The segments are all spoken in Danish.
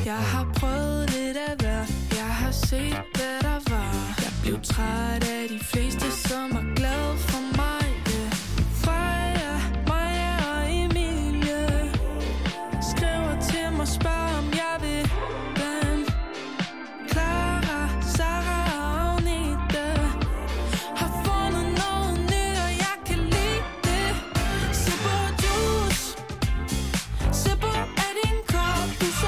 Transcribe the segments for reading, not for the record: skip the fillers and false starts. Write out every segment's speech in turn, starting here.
Jeg har prøvet lidt af hver. Jeg har set, hvad der var. Jeg blev træt af de fleste, som er glade for mig. Freja, Maja og Emilie skriver til mig, spørger om jeg vil dem. Clara, Sarah og Agnete har fundet noget nyt, og jeg kan lide det. Sipper juice, sipper af din kop, du så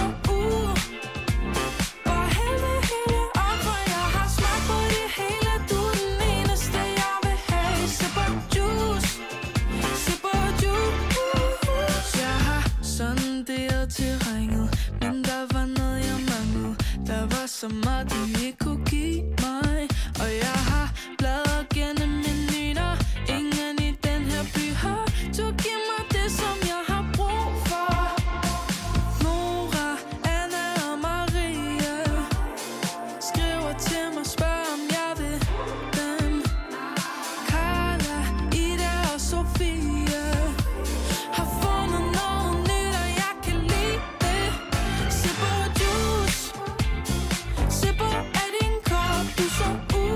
bare hæld det hele op, for jeg har smagt på det hele. Du er den eneste, jeg vil have. Sipper juice, sipper juice. Jeg har sonderet terrænet, men der var noget, jeg manglede. Der var så meget, de ikke kunne give mig. Og jeg har bladret gennem menuer. Ingen i den her by har du giv mig det, som jeg har brug for. Nora, Anna og Maria skriver til mig, spørger om jeg vil dem. Carla, Ida og Sofie har fundet noget nyt, og jeg kan lide det. Sipper juice, sipper af din kop, du så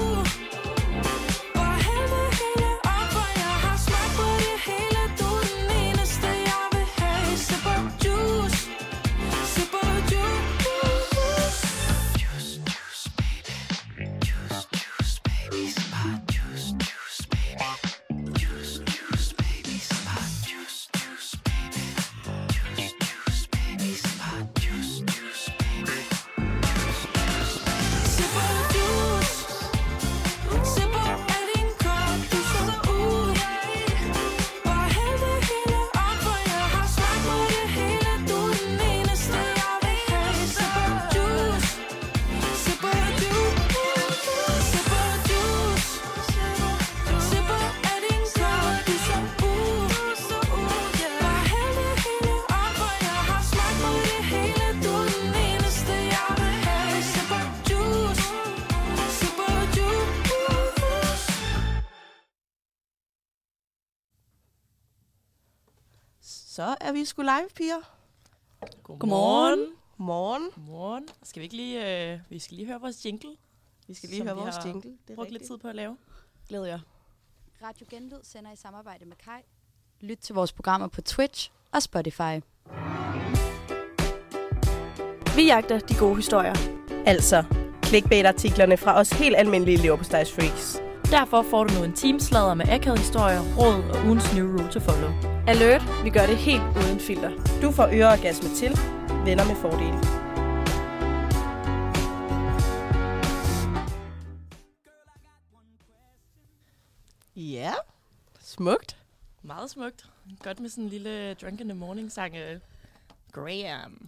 bare hæld det hele op, for jeg har smagt på det hele. Du er den eneste, jeg vil have. Sipper juice, sipper juice. Juice, juice, baby. Juice, juice, baby. Smart juice, juice, baby. Juice, juice, baby. Smart juice, juice, baby. Juice, juice, baby. Smart juice, juice, baby. Sipper juice, sipper af din kop, du så bare hæld det hele op, for jeg har smagt på det hele. Du er den eneste, jeg vil have. Sipper juice, sipper juice, sipper juice, sipper af din kop, du så bare hæld det hele op, for jeg har smagt på det hele. Du er den eneste, jeg vil have. Sipper juice, sipper juice. Så er vi sgu live, piger. Godmorgen. Morgen. Godmorgen. Skal vi ikke lige, vi skal lige høre vores jingle, Vi skal lige som høre vi vores har jingle. Det er brugt lidt rigtigt. tid på at lave. Glæder jeg. Radio Genlyd sender i samarbejde med Kai. Lyt til vores programmer på Twitch og Spotify. Vi jagter de gode historier. Altså, clickbait-artiklerne fra os helt almindelige leverpostejsfreaks. Derfor får du nu en teamsladder med akavede historier, råd og ugens new rule to follow. Alert, vi gør det helt uden filter. Du får øreorgasme til. Venner med fordele. Ja, smukt. Meget smukt. Godt med sådan en lille Drunk in the Morning sang. Graham.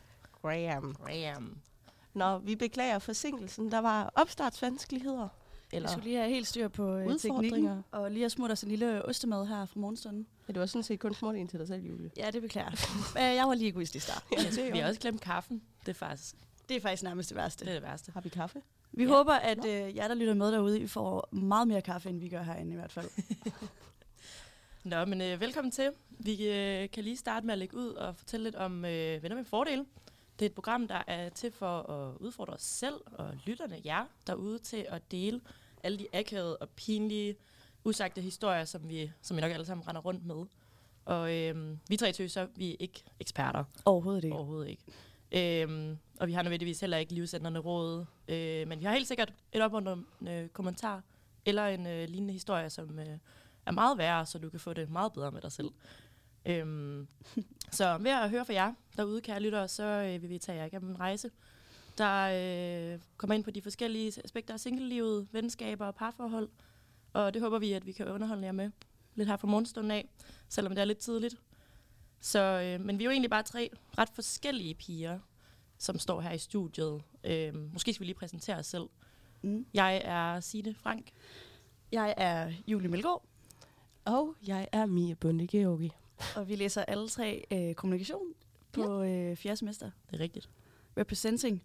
Nå, vi beklager forsinkelsen. Der var opstartsvanskeligheder. Jeg Eller, skulle lige have helt styr på Udfordringer. teknikken. Og lige have smurt os en lille ostemad her fra morgenstunden. ja, det var sådan set kun smurt ind til dig selv, Julie. Ja, det beklager jeg. Jeg var lige egoistisk der. Vi har også glemt kaffen. Det er faktisk nærmest det værste. det, er det værste. Har vi kaffe? Vi håber, at jer, der lytter med derude, I får meget mere kaffe, end vi gør herinde i hvert fald. Nå, men velkommen til. Vi kan lige starte med at lægge ud og fortælle lidt om Venner med fordele. Det er et program, der er til for at udfordre os selv og lytterne, jer derude, til at dele alle de akavede og pinlige, usagte historier, som vi nok alle sammen render rundt med. Og vi tre tøser, vi er ikke eksperter. Overhovedet ikke. Overhovedet ikke. Og vi har nødvendigvis heller ikke livsændrende råd. Men vi har helt sikkert et opmuntrende kommentar, eller en lignende historie, som er meget værre, så du kan få det meget bedre med dig selv. Så ved at høre fra jer derude, kære lyttere, så vil vi tage jer igennem en rejse, der kommer ind på de forskellige aspekter af singlelivet, venskaber og parforhold. Og det håber vi, at vi kan underholde jer med lidt her fra morgenstunden af, selvom det er lidt tidligt. Så, men vi er jo egentlig bare tre ret forskellige piger, som står her i studiet. Måske skal vi lige præsentere os selv. Jeg er Signe Frank. Jeg er Julie Melgaard, Og jeg er Mia Bunde Georgi. og vi læser alle tre kommunikation på 4. semester. Det er rigtigt. Representing.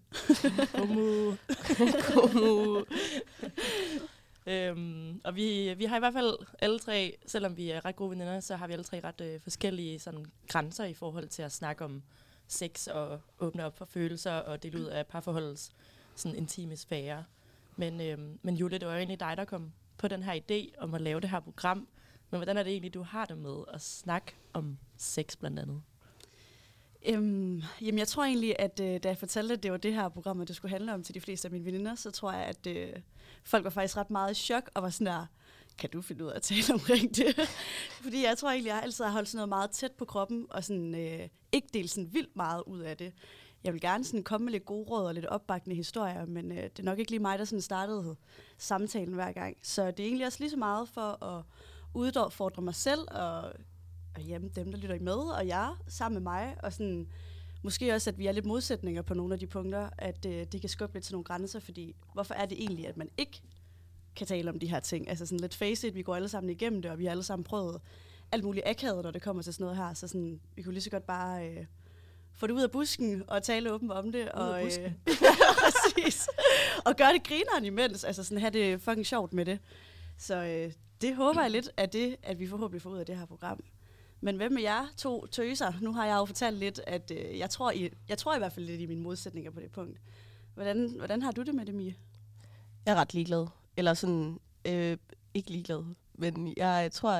Og vi har i hvert fald alle tre, selvom vi er ret gode veninder, så har vi alle tre ret forskellige sådan, grænser i forhold til at snakke om sex og åbne op for følelser og dele ud af parforholdets sådan intime sfære. Men Julie, det var jo egentlig dig, der kom på den her idé om at lave det her program. Men hvordan er det egentlig, du har det med at snakke om sex blandt andet? Jamen, jeg tror egentlig, at da jeg fortalte, at det var det her program, det skulle handle om til de fleste af mine veninder, så tror jeg, at folk var faktisk ret meget i chok og var sådan der, kan du finde ud af at tale omkring det? Fordi jeg tror egentlig, at jeg altid har holdt sådan noget meget tæt på kroppen, og sådan, ikke delt sådan vildt meget ud af det. Jeg vil gerne sådan komme med lidt gode råd og lidt opbakkende historier, men det er nok ikke lige mig, der sådan startede samtalen hver gang. Så det er egentlig også lige så meget for at udfordre mig selv og jamen, dem, der lytter med, og jer sammen med mig, og sådan, måske også, at vi er lidt modsætninger på nogle af de punkter, at det kan skubbe lidt til nogle grænser, fordi hvorfor er det egentlig, at man ikke kan tale om de her ting? Altså sådan lidt face it, vi går alle sammen igennem det, og vi har alle sammen prøvet alt muligt akavet, når det kommer til sådan noget her, så sådan, vi kunne lige så godt bare få det ud af busken og tale åbent om det. Og, præcis. Og gøre det grineren imens, altså sådan have det fucking sjovt med det. Så det håber jeg lidt af det, at vi forhåbentlig får ud af det her program. Men hvem med jer to tøser? Nu har jeg jo fortalt lidt, at jeg tror i hvert fald lidt i mine modsætninger på det punkt. Hvordan har du det med det, Mie? Jeg er ret ligeglad. Eller sådan, ikke ligeglad. Men jeg tror,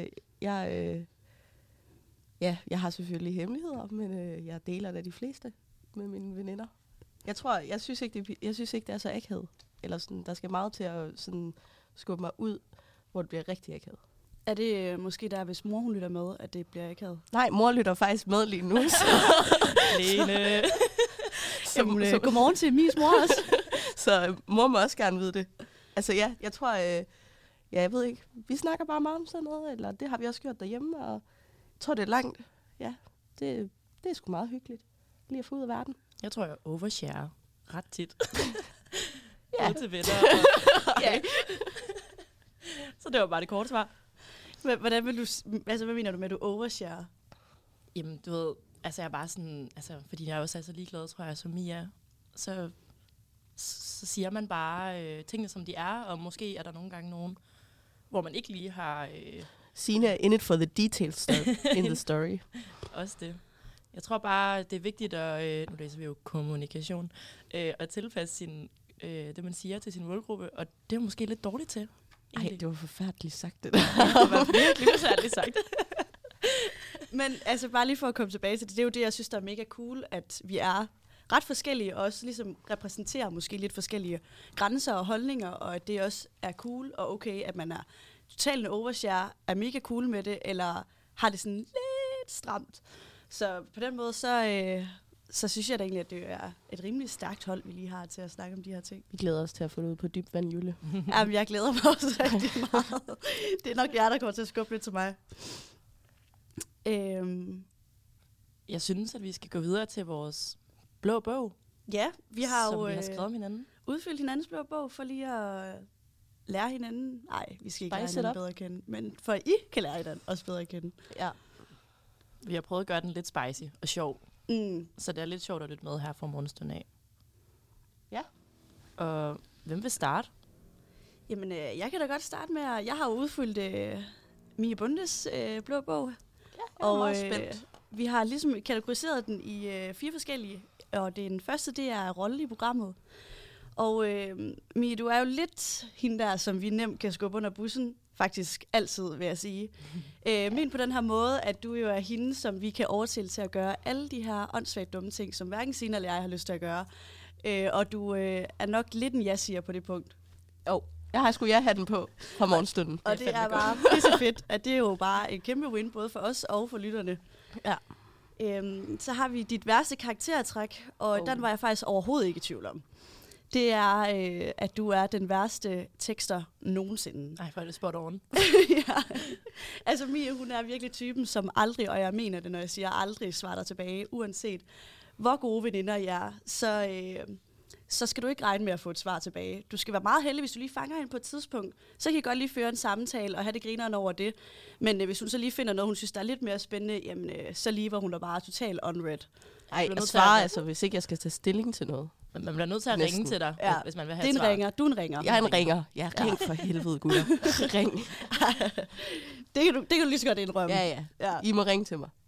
jeg har selvfølgelig hemmeligheder, men jeg deler da de fleste med mine veninder. Jeg synes ikke, det er så akavet. Eller sådan, der skal meget til at sådan, skubbe mig ud, hvor det bliver rigtig akavet. Er det måske der, hvis mor hun lytter med, at det bliver akavet? Nej, mor lytter faktisk med lige nu. Lene. Så godmorgen til Mies mor også. Så mor må også gerne vide det. Altså ja, jeg tror, jeg ved ikke, vi snakker bare meget om sådan noget, eller det har vi også gjort derhjemme, og jeg tror, det er langt. Ja, det er sgu meget hyggeligt, lige at få ud af verden. Jeg tror, jeg overshare ret tit. Ja. Til venner. Ja. Så det var bare det korte svar. Hvordan vil du, altså hvad mener du med, at du overshare? Jamen, du ved, altså jeg er bare sådan, altså fordi jeg også er så ligeglad, tror jeg, som Mia, så siger man bare tingene, som de er, og måske er der nogle gange nogen, hvor man ikke lige har... Signe er in it for the details in the story. Også det. Jeg tror bare, det er vigtigt at, nu læser vi jo kommunikation, at tilpasse det, man siger til sin målgruppe, og det er måske lidt dårligt til. Nej, det var forfærdeligt sagt, det der. Det var virkelig forfærdeligt sagt. Men altså bare lige for at komme tilbage til det, det er jo det, jeg synes, der er mega cool, at vi er ret forskellige, og også ligesom repræsenterer måske lidt forskellige grænser og holdninger, og at det også er cool og okay, at man er totalt overshare, er mega cool med det, eller har det sådan lidt stramt. Så på den måde, så synes jeg da egentlig, at det er et rimelig stærkt hold, vi lige har til at snakke om de her ting. Vi glæder os til at få det ud på dybt vand, Julie. Jamen, jeg glæder mig også rigtig meget. Det er nok jer, der kommer til at skubbe lidt til mig. Jeg synes, at vi skal gå videre til vores blå bog. Ja, vi har jo vi har skrevet om hinanden. Udfyldt hinandens blå bog for lige at lære hinanden. Nej, vi skal ikke lære hinanden bedre at kende, men for I kan lære hinanden også bedre at kende. Ja. Vi har prøvet at gøre den lidt spicy og sjov. Så det er lidt sjovt at lytte med her fra morgenstunden af. Ja. Og hvem vil starte? Jamen, jeg kan da godt starte med, jeg har jo udfyldt Mie Bundes blå bog. Ja, jeg er meget spændt. Vi har ligesom kategoriseret den i 4 forskellige, og den første, det er rolle i programmet. Og Mie, du er jo lidt hende der, som vi nemt kan skubbe under bussen. Faktisk altid, vil jeg sige. Men på den her måde, at du jo er hende, som vi kan overtale til at gøre alle de her åndssvagt dumme ting, som hverken Signe eller jeg har lyst til at gøre. Og du er nok lidt en ja-siger på det punkt. Jeg har sgu ja-hatten på fra morgenstunden. Og det er bare pisse fedt, at det er jo bare et kæmpe win, både for os og for lytterne. Ja. Så har vi dit værste karaktertræk, og den var jeg faktisk overhovedet ikke i tvivl om. Det er, at du er den værste tekster nogensinde. Nej, for det spot on. Ja. Altså Mie, hun er virkelig typen, som aldrig, og jeg mener det, når jeg siger aldrig, svarer dig tilbage, uanset hvor gode veninder I er, så skal du ikke regne med at få et svar tilbage. Du skal være meget heldig, hvis du lige fanger hende på et tidspunkt. Så kan I godt lige føre en samtale og have det grineren over det. Men hvis hun så lige finder noget, hun synes, der er lidt mere spændende, jamen, så lige var hun da bare totalt unread. Nej, jeg svarer altså, hvis ikke jeg skal tage stilling til noget. Men man bliver nødt til at ringe til dig, hvis man vil have det er et svar. en ringer. Du er en ringer. Jeg er en ringer. Ja, ring for helvede, gutter. Ring. det kan du lige så godt indrømme. Ja. I må ringe til mig.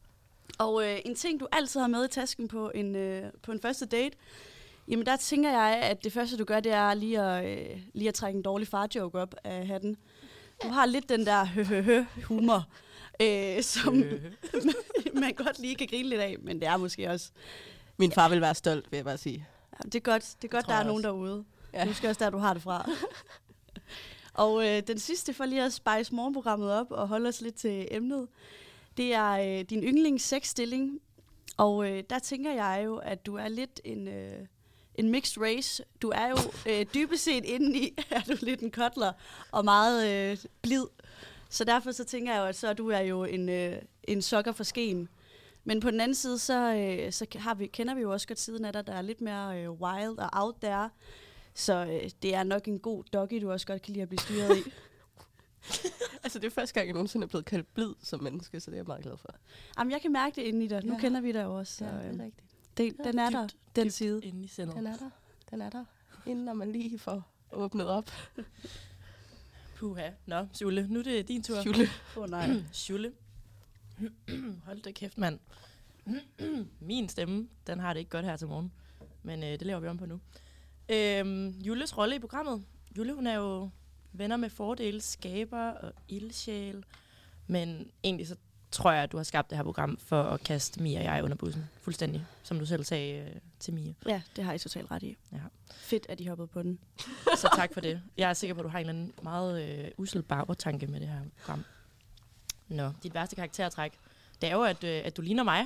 Og en ting, du altid har med i tasken på en første date, jamen der tænker jeg, at det første, du gør, det er lige at trække en dårlig far-joke op af hatten. Du har lidt den der humor, som man godt lige kan grine lidt af, men det er måske også... Min far vil være stolt, vil jeg bare sige. Ja, det er godt der er nogen derude. Ja. Du skal også der, du har det fra. Og den sidste, for lige at spice morgenprogrammet op og holde os lidt til emnet, det er din yndlings sexstilling. Og der tænker jeg jo, at du er lidt en mixed race. Du er jo dybest set indeni, er du lidt en cuddler og meget blid. Så derfor så tænker jeg jo, at så du er jo en sokker for skeen. Men på den anden side, så kender vi jo også godt siden af dig, der er lidt mere wild og out there. Så det er nok en god doggy, du også godt kan lide at blive styret i. Altså, det er første gang, jeg nogensinde er blevet kaldt blid som menneske, så det er jeg meget glad for. Jamen, jeg kan mærke det inde i dig. Nu kender vi dig jo også. Så, Ja, det er rigtigt. den er der, den side. Inde i sindet. Den er der. Inden når man lige får åbnet op. Puha. Nå, Sjule, nu er det din tur. Sjule. Nej. Sjule. Hold da kæft, mand. Min stemme, den har det ikke godt her til morgen. Men det laver vi om på nu. Jules rolle i programmet. Jule, hun er jo venner med fordele, skaber og ildsjæl. Men egentlig så tror jeg, at du har skabt det her program for at kaste Mia og jeg under bussen. Fuldstændig, som du selv sagde til Mia. Ja, det har I totalt ret i. Ja. Fedt, at I hoppede på den. Så tak for det. Jeg er sikker på, at du har en eller anden meget usel barbertanke med det her program. Nå, dit værste karaktertræk, det er jo, at du ligner mig.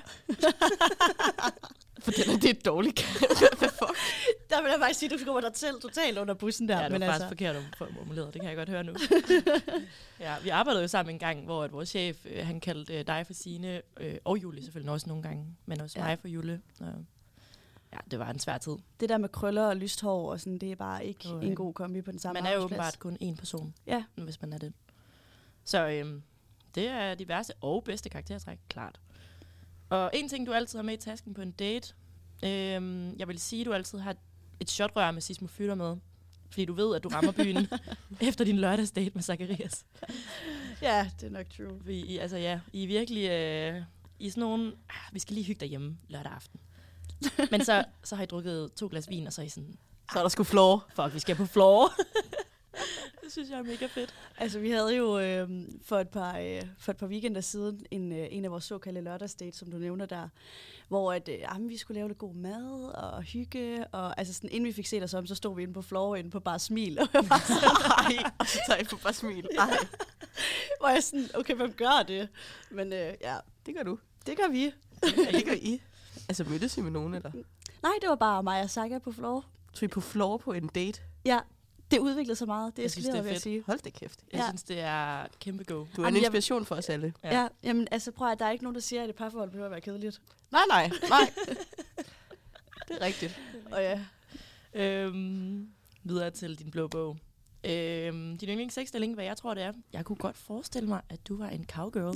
For det er et dårligt Hvad fuck? Der vil jeg faktisk sige, at du skubber dig selv totalt under bussen der. Ja, det var men faktisk forkert formuleret, det kan jeg godt høre nu. Ja, vi arbejdede jo sammen en gang, hvor at vores chef, han kaldte dig for Signe, og Julie selvfølgelig også nogle gange, men også mig for Julie. Ja, det var en svær tid. Det der med krøller og lyst hår, og sådan, det er bare ikke en god kombi på den samme Man er jo arbejdsplads. åbenbart kun én person, Ja. hvis man er det. Så det er de værste og bedste karaktertræk, klart. Og en ting, du altid har med i tasken på en date, jeg vil sige, at du altid har et shotrør med sismofytter med, fordi du ved, at du rammer byen efter din lørdagsdate med Zacharias. Ja, det er nok true. I er virkelig i sådan nogle, vi skal lige hygge derhjemme lørdag aften. Men så har I drukket 2 glas vin, og så er I sådan, Så er der sgu floor. fuck, vi skal på floor. Det synes jeg er mega fedt. Altså, vi havde jo for et par weekender siden en af vores såkaldte lørdagsdate, som du nævner der, hvor at, vi skulle lave lidt god mad og hygge, og altså sådan, inden vi fik set os om, så stod vi inde på floor, inde på Bare Smil, og jeg var sådan, Og så tager jeg på bare smil. Ej, hvor jeg sådan, okay, hvem gør det? Men ja, det gør du. det gør vi. Det gør I. Altså, mødtes I med nogen, eller? Nej, det var bare mig og Saga på floor. Så I på floor på en date? Ja, det udviklede sig meget. Det Jeg synes, det eskalerede, er vil jeg fedt. sige. Hold da kæft. Jeg Ja. synes, det er kæmpe go. Du er en Jamen, jeg- inspiration for os alle. Ja. Ja, jamen altså prøv at der er ikke nogen, der siger, at et parforhold behøver at være kedeligt. Nej. Det er rigtigt. Og ja, Videre til din blå bog. Din yndlings sexstilling, hvad jeg tror det er. Jeg kunne godt forestille mig, at du var en cowgirl.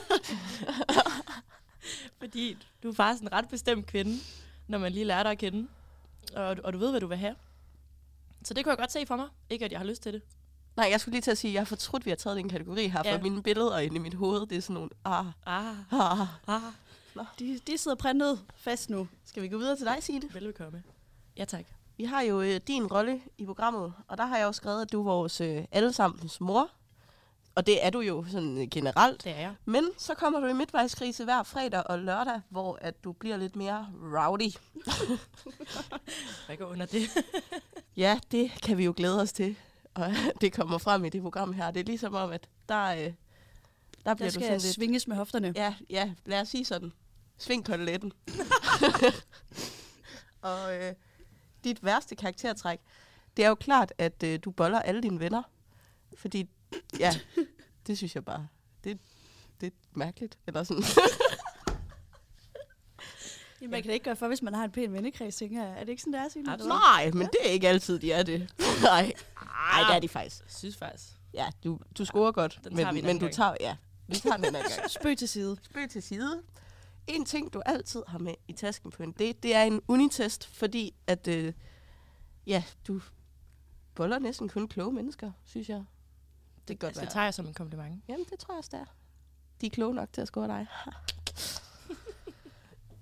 Fordi du er faktisk en ret bestemt kvinde, når man lige lærer dig at kende. Og du ved, hvad du vil have. Så det kunne jeg godt se for mig. Ikke, at jeg har lyst til det. Nej, jeg skulle lige til at sige, at jeg har fortrudt, at vi har taget den kategori her, for Ja. mine billeder inde i mit hoved, det er sådan nogle, de sidder printet fast nu. Skal vi gå videre til dig, Signe? Velbekomme. Ja, tak. Vi har jo din rolle i programmet, og der har jeg jo skrevet, at du er vores allesammens mor. Og det er du jo sådan generelt. Det er jeg. Men så kommer du i midtvejskrise hver fredag og lørdag, hvor at du bliver lidt mere rowdy. Hvad går under det? Ja, det kan vi jo glæde os til. Og det kommer frem i det program her. Det er ligesom om, at der bliver Der du sådan skal lidt... svinges med hofterne. Ja, lad os sige sådan. Sving koteletten. Og dit værste karaktertræk, det er jo klart, at du boller alle dine venner. Fordi, ja, det synes jeg bare, det er mærkeligt. Eller sådan. Jamen, man kan det ikke gøre for, hvis man har en pæn vennekreds, tænker jeg. Er det ikke sådan, det er, Signe? Absolut. Nej, men det er ikke altid, de er det. Nej, det er de faktisk. Jeg synes faktisk. Ja, du scorer godt, Den tager vi en men anden du gang. tager, ja, vi tager den en anden gang. Spøg til side. Spøg til side. En ting, du altid har med i tasken på en date, det er en unitest, fordi at, du boller næsten kun kloge mennesker, synes jeg. Det kan godt Det tager jeg som en kompliment. Jamen, det tror jeg også, det er. De er kloge nok til at score dig.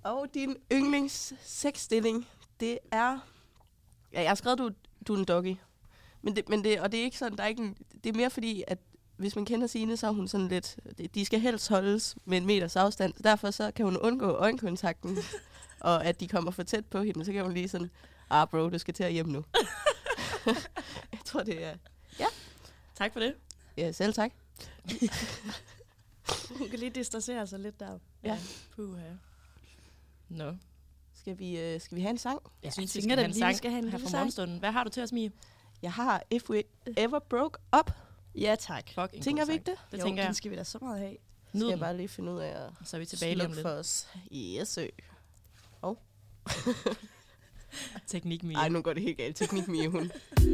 Og din yndlingssexstilling, det er... Ja, jeg har skrevet, du er en doggy. Men det er ikke sådan, der er ikke en, det er mere fordi, at hvis man kender Signe, så er hun sådan lidt... De skal helst holdes med 1 meters afstand. Derfor så kan hun undgå øjenkontakten, og at de kommer for tæt på hende. Så kan hun lige sådan, bro, du skal til at hjem nu. Jeg tror, det er... Ja. Tak for det. Ja, selv tak. Hun kan lige distancere sig lidt der. Ja. Puha. Nå. Skal vi have en sang? Jeg synes, jeg vi tænker, skal have at en vi sang skal have en her lille fra sang. morgenstunden. Hvad har du til os, Mie? Jeg har If We Ever Broke Up. Ja, tak. Fuck, en Tænker god vi ikke det? sang. Det jo, tænker den jeg. skal vi da så meget have. Skal Nyd jeg den. bare lige finde ud af at Så er vi tilbage lige om slukke lidt. for os. Yes, Teknik, Mie. Ej, nu går det helt galt. Teknik, Mie, hun.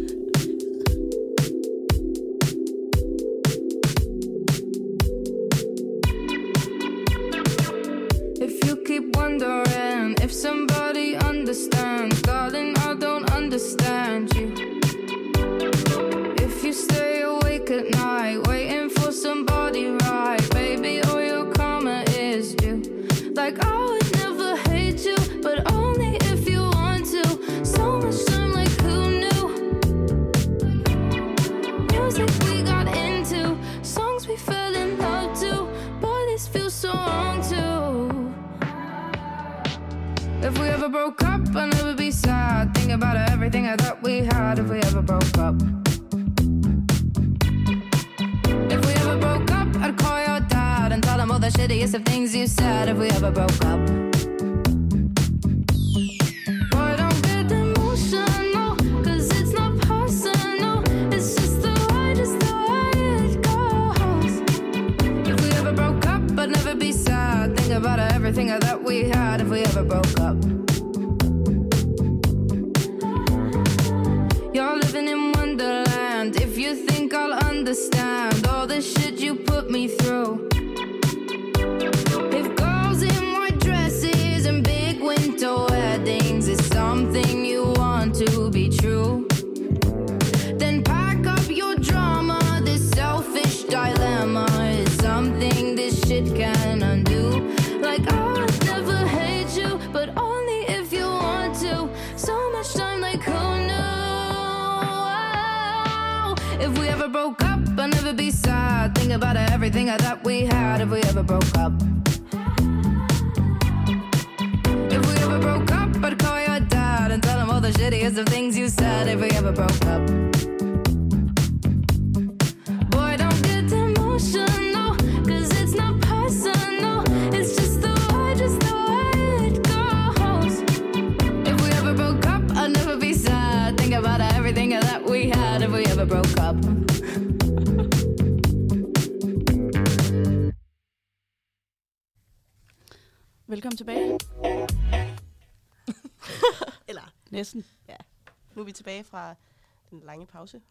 If you keep wondering if somebody understands, darling, I don't understand you. If you stay awake at night, waiting for somebody right, baby, all your karma is due. Like I would never hate you, but only if you want to. So much time, like who knew? Music we got into, songs we fell in love to. Boy, this feels so wrong too. If we ever broke up, I'd never be sad. Think about everything I thought we had. If we ever broke up. If we ever broke up, I'd call your dad and tell him all the shittiest of things you said. If we ever broke up. Boy, don't get emotional, 'cause it's not personal. It's just the way it goes. If we ever broke up, I'd never be sad. Think about everything I thought we had. If we ever broke up. You're living in Wonderland. If you think I'll understand all the shit you put me through. If girls in white dresses and big winter weddings is something you want to be true, then pack up your drama. This selfish dilemma is something this shit can undo. Like I would never hate you, but only if you want to. So much time, like who knew? If we ever broke up, I'd never be sad. Think about everything I thought we had. If we ever broke up. If we ever broke up, I'd call your dad and tell him all the shittiest of things you said. If we ever broke up. Boy, don't get emotional, 'cause it's not personal. It's just the way it goes. If we ever broke up, I'd never be sad. Think about everything that we had. If we ever broke up. Velkommen tilbage. Eller næsten. Ja. Nu er vi tilbage fra den lange pause.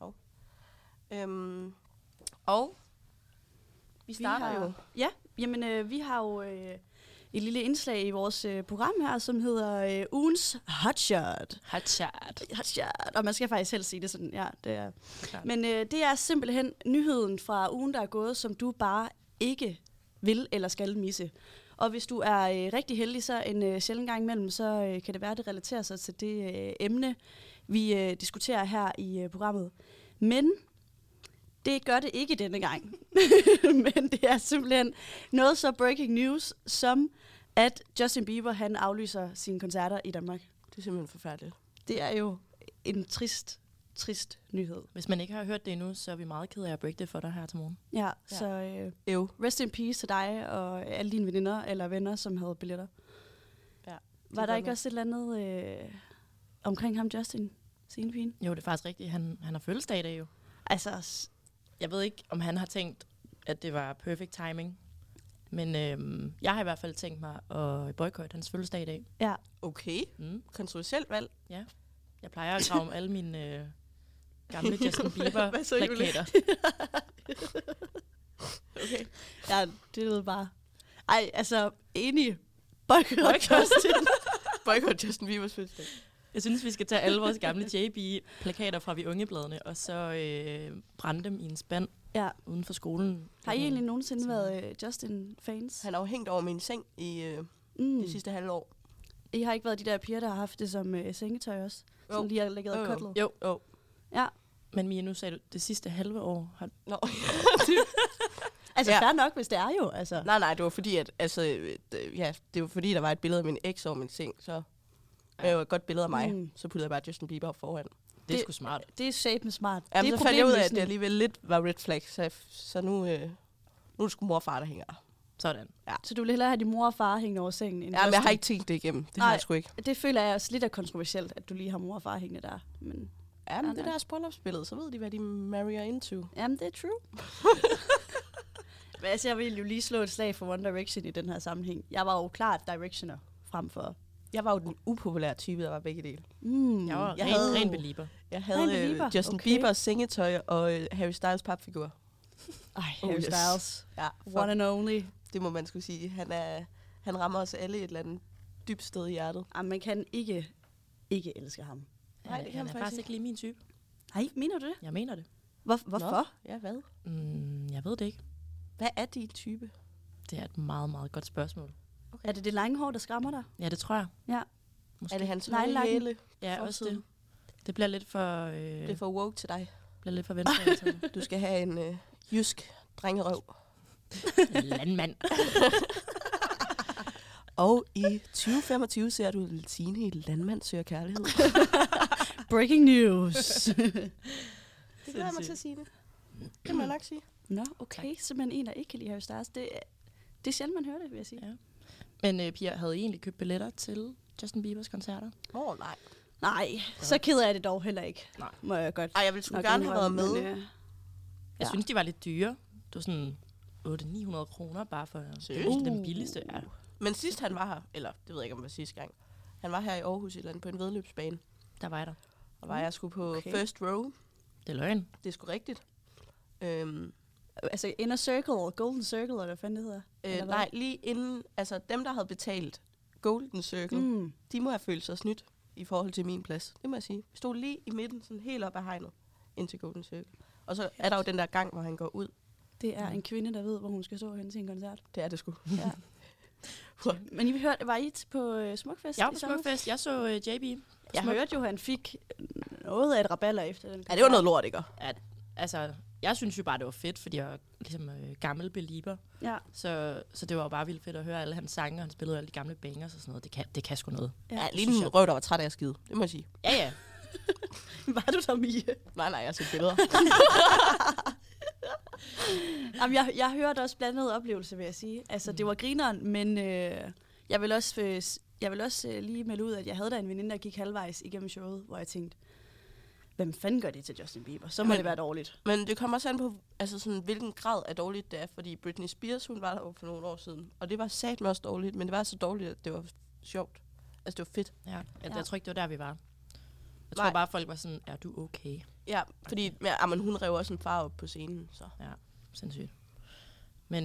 Og vi starter jo. Ja, jamen vi har jo et lille indslag i vores program her, som hedder ugens hotshot. Hotshot. Og man skal faktisk helst sige det sådan, ja. Det er. Men det er simpelthen nyheden fra ugen, der er gået, som du bare ikke vil eller skal misse. Og hvis du er rigtig heldig, så en sjældent gang imellem, så kan det være, at det relaterer sig til det emne, vi diskuterer her i programmet. Men det gør det ikke denne gang. Men det er simpelthen noget så breaking news, som at Justin Bieber, han aflyser sine koncerter i Danmark. Det er simpelthen forfærdeligt. Det er jo en trist nyhed. Hvis man ikke har hørt det endnu, så er vi meget ked af at break det for dig her til morgen. Ja, så rest in peace til dig og alle dine veninder eller venner, som havde billetter. Ja, var der ikke også et eller andet omkring ham, Justin? Signe? Jo, det er faktisk rigtigt. Han har fødselsdag i dag jo. Altså, jeg ved ikke, om han har tænkt, at det var perfect timing. Men jeg har i hvert fald tænkt mig at boykotte hans fødselsdag i dag. Ja. Okay. Kontroversielt valg. Ja. Jeg plejer at grave om alle mine gamle Justin Bieber-plakater. Okay. Ja, det lyder bare. Ej, altså, enig. Boykot Justin Biebers fødselsdag. Jeg synes, vi skal tage alle vores gamle JB-plakater fra Vi Unge-bladene, og så brænde dem i en spand uden for skolen. Har I egentlig nogensinde været Justin-fans? Han er jo hængt over min seng i de sidste halve år. I har ikke været de der piger, der har haft det som sengetøj også? Jo. Som lige har ligget og cuddlet? Jo. Ja. Men Mia, nu sagde du, det sidste halve år har... Nå. Altså, Ja. fair nok, hvis det er jo. Altså. Nej, det var fordi, at, altså, det var fordi, der var et billede af min eks over min seng, så det var et godt billede af mig, så puttede jeg bare Justin Bieber op foran. Det er sgu smart. Det er shape med smart. Jamen, det så fandt jeg ud af, at det problemløsning. alligevel lidt var red flag, så nu er det sgu mor og far, der hænger der. Sådan. Så du vil hellere have din mor og far hængende over sengen? End Ja, men jeg har Justin? ikke tænkt det igennem. Det har Nej. jeg sgu ikke. Det føler jeg også lidt er kontroversielt, at du lige har mor og far hængende der. Men Ja, men det nej. der bryllupsbillede, så ved de, hvad de marrier into. jamen, det er true. Men altså, jeg vil jo lige slå et slag for One Direction i den her sammenhæng. Jeg var jo klart Directioner frem for... Jeg var jo den upopulære type, der var begge dele. Jeg var Jeg ren, havde- ren belieber. Jeg Ren havde belieber, Justin okay. Biebers sengetøj og Harry Styles papfigur. Ej, Oh, Harry yes. Styles. Ja, One and only. det må man skulle sige. Han rammer os alle et eller andet dybt sted i hjertet. Ej, man kan ikke elske ham. Nej, det kan han man er faktisk faktisk ikke lige min type. Nej, mener du det? Jeg mener det. Hvorfor? Nå, ja, hvad? Jeg ved det ikke. Hvad er din type? Det er et meget, meget godt spørgsmål. Er det det lange hår, der skræmmer dig? Ja, det tror jeg. Ja. Måske. Er det hans Nej, høje lakken. hæle? Ja, også forsiden? det. Det bliver lidt for... Det er for woke til dig. bliver lidt for venstre. Du skal have en jysk drengerøv. Landmand. Og i 2025 ser du Tine i Landmand søger kærlighed. Breaking news. Det glæder jeg mig til at sige det. Det må jeg nok sige. Nå, okay. Simpelthen en, der ikke kan lide Harry Styles. Det er sjældent, man hører det, vil jeg sige. Ja. Men Pia, havde I egentlig købt billetter til Justin Biebers koncerter? Nej. Nej, så ked er det dog heller ikke. Nej. Må jeg godt. Ej, jeg ville sgu nok gerne have været indrømme, med. men, Jeg synes, de var lidt dyre. Det var sådan 800-900 kroner bare for Seriøst? den billigste. Ja. Men sidst han var her, eller det ved jeg ikke, om det var sidste gang. Han var her i Aarhus et eller andet på en vedløbsbane. Der var jeg der. Og var jeg sgu på Okay. first row. Det er løgn. Det er sgu rigtigt. Altså Inner Circle, Golden Circle, eller hvad fanden det hedder? Eller hvad? Nej, lige inden, altså dem, der havde betalt Golden Circle, de må have følt sig snydt i forhold til min plads. Det må jeg sige. Vi stod lige i midten, sådan helt op ad hegnet, ind til Golden Circle. Og så er der jo den der gang, hvor han går ud. Det er en kvinde, der ved, hvor hun skal stå hen til en koncert. Det er det sgu. Ja. Men I hørte, var I på Smukfest? Jeg var i på sommer? Smukfest. Jeg så JB. Jeg hørte jo, han fik noget af et raballer efter den koncert. Ja, det var noget lort, ikke? Altså, jeg synes jo bare, det var fedt, fordi jeg er ligesom gammel belieber. Ja. Så det var jo bare vildt fedt at høre alle hans sange, og han spillede alle de gamle bangers og sådan noget. Det kan sgu noget. Ja, lige en røv, der var træt af at skide. Det må jeg sige. Ja, ja. Var du der, Mie? Nej, jeg har set billeder. Jamen, jeg hørte også blandede oplevelser, vil jeg sige. Altså, det var grineren, men jeg vil også lige melde ud, at jeg havde da en veninde, der gik halvvejs igennem showet, hvor jeg tænkte, hvem fanden gør det til Justin Bieber? Så må det være dårligt. Men det kommer også an på, altså sådan, hvilken grad af dårligt det er, fordi Britney Spears, hun var der jo for nogle år siden, og det var satme også dårligt, men det var så dårligt, at det var sjovt. Altså, det var fedt. Ja. Jeg tror ikke, det var der, vi var. Jeg tror Nej. bare, folk var sådan, er du okay? Ja, fordi men hun rev også en far op på scenen, så. Ja, sindssygt. Men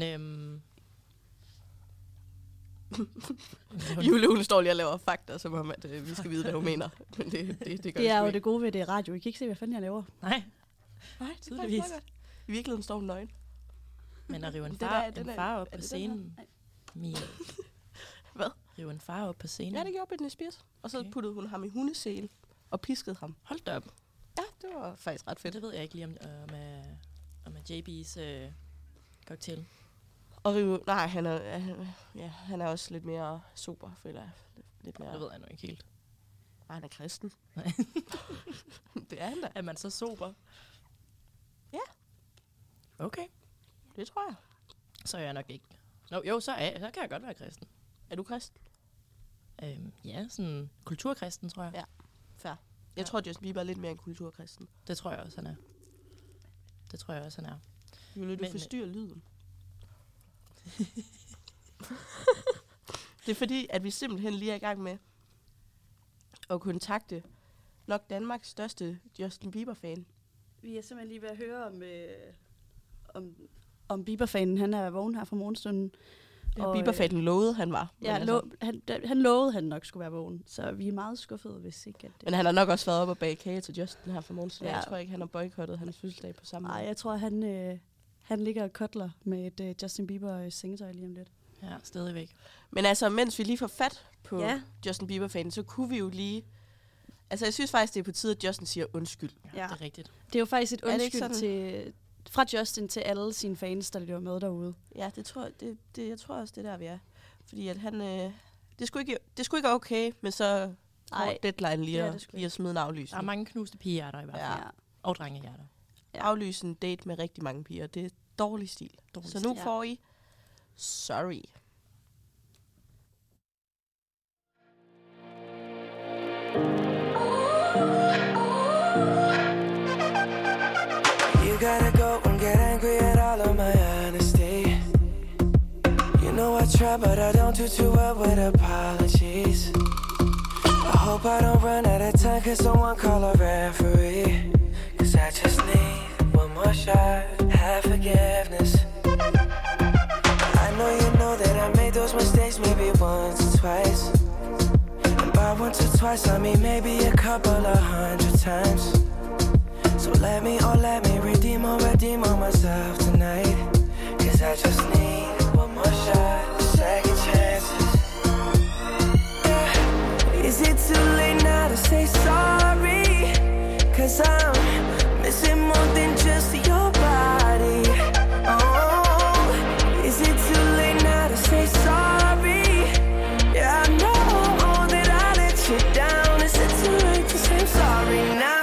Jule, hun står lige og laver fakta, som om, at vi skal vide, hvad hun mener. Men det gør Det vi er sgu jo ikke. det gode ved det er radio. I kan ikke se, hvad fanden jeg laver. nej. Nej, det er tydeligvis. faktisk meget godt. I virkeligheden står hun nøgen. Men at rive en Det far, der- den en er- far op er på det den her? scenen. Mia. Hvad? Rive en far op på scenen. Ja, det gjorde Britney Spears. Og så Okay. puttede hun ham i hundesæl og piskede ham. Hold da op. Ja, det var faktisk ret fedt. Det ved jeg ikke lige om JB's cocktail. Og Rive, nej, han er også lidt mere sober, føler jeg. Lidt mere. Det ved jeg nu ikke helt. Nej, han er kristen. Nej. Det er han da. Er man så sober? Ja. Okay. Det tror jeg. Så er jeg nok ikke. Jo, så kan jeg godt være kristen. Er du kristen? Ja, sådan kulturkristen, tror jeg. Ja. Fair. Jeg tror, at Justin Bieber er lidt mere en kulturkristen. Det tror jeg også, han er. Jule, du Men- forstyrrer lyden. Det er fordi, at vi simpelthen lige er i gang med at kontakte nok Danmarks største Justin Bieber-fan. Vi er simpelthen lige ved at høre om Bieber-fanen. Han er vågen her fra morgenstunden. Og Bieber-fanen lovede, han var. Ja, men, altså, han lovede, at han nok skulle være vågen. Så vi er meget skuffede, hvis ikke at det... men han har nok også været op og bage kage til Justin her for morgenstunden. Ja. Jeg tror ikke, han har boykottet hans fødselsdag på samme Nej, måde. jeg tror, han ligger og kotler med et Justin Bieber sengetøj lige om lidt. Ja, stadigvæk. Men altså, mens vi lige får fat på Justin Bieber-fanen, så kunne vi jo lige... Altså, jeg synes faktisk, det er på tide, at Justin siger undskyld. Ja, det er rigtigt. Det er jo faktisk et ikke undskyld fra Justin til alle sine fans, der lytter med derude. Ja, jeg tror også, det er der, vi er. Fordi at han... det skulle ikke okay, men så får deadline lige at smide en aflysning. Der er mange knuste pigehjerter i hvert fald. Ja. Og drengehjerter. Ja. Aflyse en date med rigtig mange piger. Det er dårlig stil. Så nu får I... Sorry. You gotta go and get angry at all of my honesty. You know I try, but I don't do too well with apologies. I hope I don't run out of time, cause someone call a referee. Cause I just need one more shot, have forgiveness. I know that I made those mistakes maybe once or twice. And by once or twice I mean maybe a couple of 100 times. So let me redeem on myself tonight. Cause I just need one more shot, second chances. Yeah. Is it too late now to say sorry? Cause I'm missing more than just your body. Oh, is it too late now to say sorry? Yeah, I know that I let you down. Is it too late to say I'm sorry now?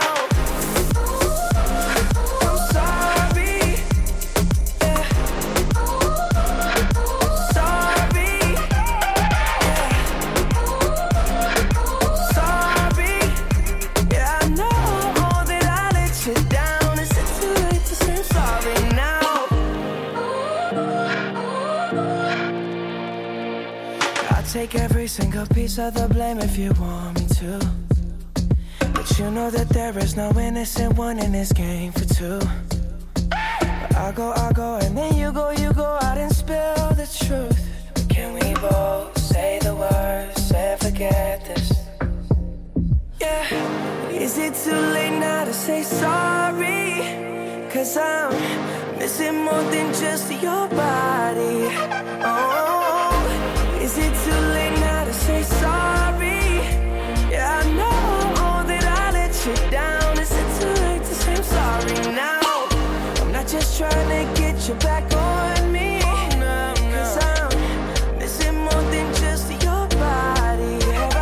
Take every single piece of the blame if you want me to. But you know that there is no innocent one in this game for two. But I go, and then you go out and spill the truth. But can we both say the words and forget this? Yeah. Is it too late now to say sorry? Cause I'm missing more than just your body. Oh. Is it too late now to say sorry? Yeah, I know that I let you down. Is it too late to say I'm sorry now? I'm not just trying to get you back on me. Cause I'm missing more than just your body.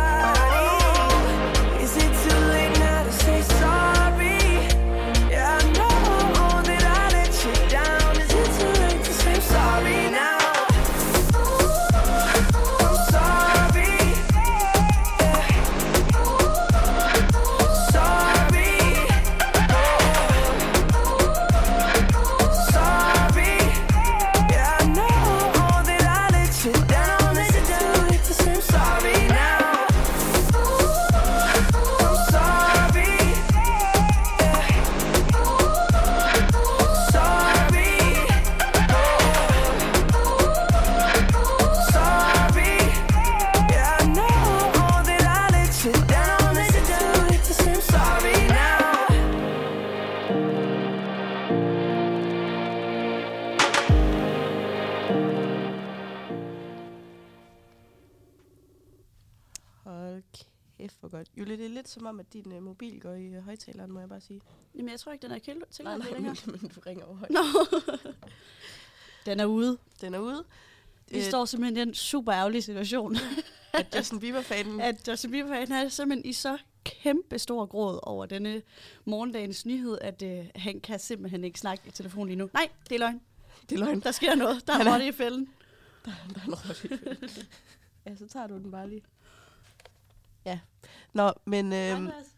Is it too late now to say sorry? Yeah, I know that I let you down. Is it too late to say I'm sorry now? Julie, det er lidt som om, at din mobil går i højtaleren, må jeg bare sige. Jamen, jeg tror ikke, den er til nej, men du ringer over højt. No. Den er ude. Den er ude. Vi står simpelthen i en super ærgerlig situation. At Justin Bieber-fanen er simpelthen i så kæmpe stor gråd over denne morgendagens nyhed, at han kan simpelthen ikke snakke i telefon lige nu. Nej, det er løgn. Det er løgn. Der sker noget. Der er rotte i fælden. Der er en rotte i fælden. Ja, så tager du den bare lige. Ja. Nå, men... ja,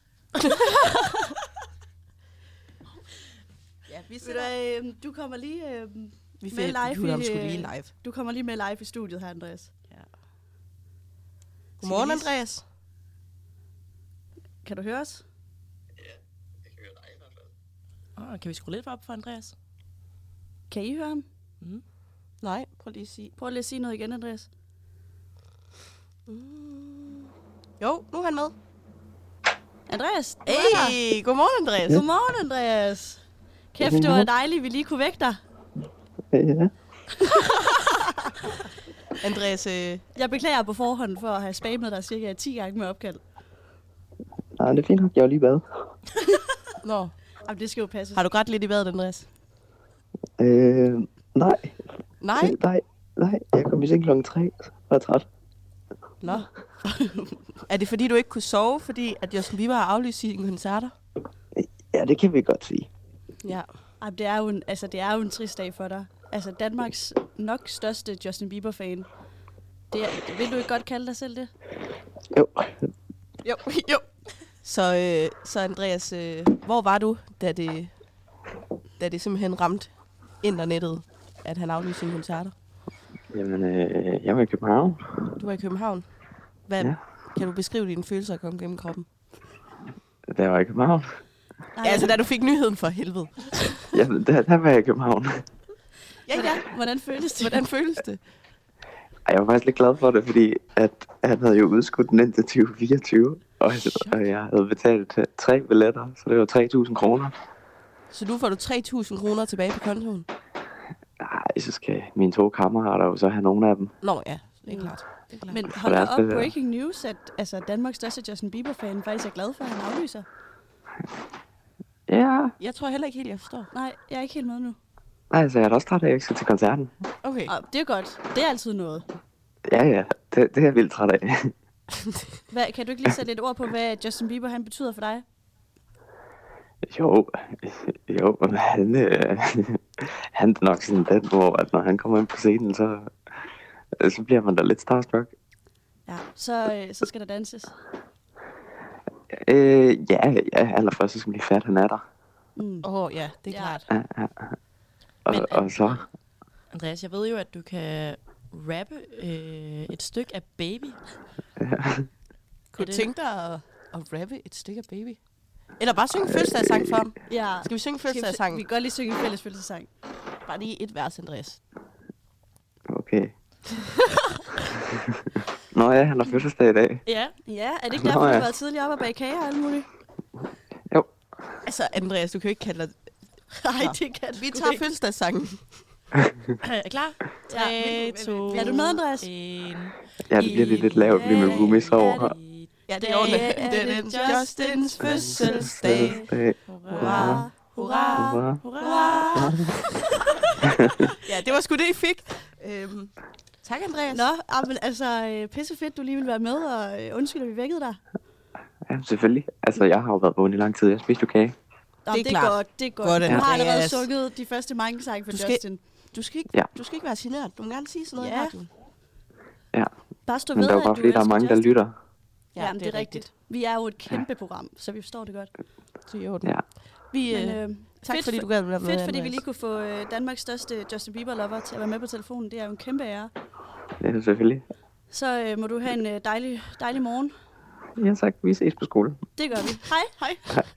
vi sætter... Du kommer lige vi med live. Du kommer lige med live i studiet her, Andreas. Ja. Godmorgen, Andreas. Kan du høre os? Ja, jeg kan høre dig i hvert fald. Kan vi skrue lidt op for Andreas? Kan I høre ham? Mm. Nej, prøv lige at sige noget igen, Andreas. Jo, nu er han med. Andreas, hey, godmorgen, Andreas. Ja. Godmorgen, Andreas. Kæft, det var dejligt, vi lige kunne vække dig. Ja. Andreas, Jeg beklager på forhånd for at have spammet dig cirka 10 gange med opkald. Nej, det er fint nok. Jeg var lige i bad. nå, Jamen, det skal jo passe. har du grædt lidt i badet, Andreas? Nej. Nej? Nej. Jeg kom i seng klokken 3, og var træt. Nå. Er det fordi, du ikke kunne sove, fordi at Justin Bieber har aflyst sine koncerter? Ja, det kan vi godt sige. Ja. Jamen, det er jo en trist dag for dig. Altså, Danmarks nok største Justin Bieber-fan. Vil du ikke godt kalde dig selv det? Jo. Jo. Så Andreas, hvor var du, da det simpelthen ramte internettet, at han aflyste sine koncerter? Jamen, jeg var i København. Du var i København. Ja. Kan du beskrive dine følelser at komme gennem kroppen? Der var i København. Ja, altså da du fik nyheden for helvede. Ja, der var jeg i København. Ja. Hvordan føles det? Hvordan føles det? Ej, jeg var faktisk lidt glad for det, fordi at han havde jo udskudt den indtil 2024. Og jeg havde betalt 3 billetter, så det var 3.000 kroner. Så nu får du 3.000 kroner tilbage på kontoen? Nej, så skal mine 2 kammerater jo så have nogle af dem. Nå ja, det er klart. Men hold da op, breaking news, at altså, Danmarks største Justin Bieber-fan faktisk er glad for, at han aflyser. Ja. Jeg tror heller ikke helt, jeg forstår. Nej, jeg er ikke helt med nu. Nej, så jeg er da også træt af, at jeg ikke skal til koncerten. Okay. Det er godt. Det er altid noget. Ja, det er jeg vildt træt af. Kan du ikke lige sætte et ord på, hvad Justin Bieber han betyder for dig? Jo, men han er nok sådan den, hvor at når han kommer ind på scenen, så bliver man da lidt starstruck. Ja, så skal der danses. Ja, allerførst så skal man lige fat, han er der. Ja, det er klart. Ja. Og så... Andreas, jeg ved jo, at du kan rappe et stykke af Baby. Kunne du tænke dig at rappe et stykke af Baby? Eller bare synge en fødselsdagssang for ham? Ja. Skal vi synge en fødselsdagssang? Vi kan godt lige synge en fælles fødselsdagssang. Bare lige et vers, Andreas. Okay. Nå ja, han har fødselsdag i dag. Ja. Ja, er det ikke derfor, du har været tidligere oppe og bage kager og alt muligt? Jo. Altså, Andreas, du kan jo ikke kalde dig... Nej, det kan Vi tager fødselsdagssangen. Er klar? 3, 2, Er du med, Andreas? 1. Ja, det bliver lidt lavt, fordi min roomie sover. Ja, det er ordentligt. Det er Justins fødselsdag. Hurra, hurra, hurra. Ja, det var sgu det, I fik. Tak, Andreas. Nå, men altså, pisse fedt, du lige vil være med, og undskyld, at vi vækkede dig. Ja, selvfølgelig. Altså, jeg har jo været vågen i lang tid. Jeg spiste jo kage. Det er klart. godt, det er godt. Du har Andreas. allerede sunget de første mange sange for Justin. Du skal ikke være generet. Du må gerne sige sådan noget i radioen. Ja. Bare stå Men ved, der er jo at bare du fordi, der er elsker mange, der Justin. lytter. Ja, det er rigtigt. Vi er jo et kæmpe program, så vi forstår det godt. Det er jo Ja. tak fedt, fordi du gad være med. Fedt, fordi vi Andreas. lige kunne få Danmarks største Justin Bieber-lover til at være med på telefonen. Det er jo en kæmpe ære. Ja, selvfølgelig. Så må du have en dejlig morgen. Ja, tak. Vi ses på skole. Det gør vi. Hej.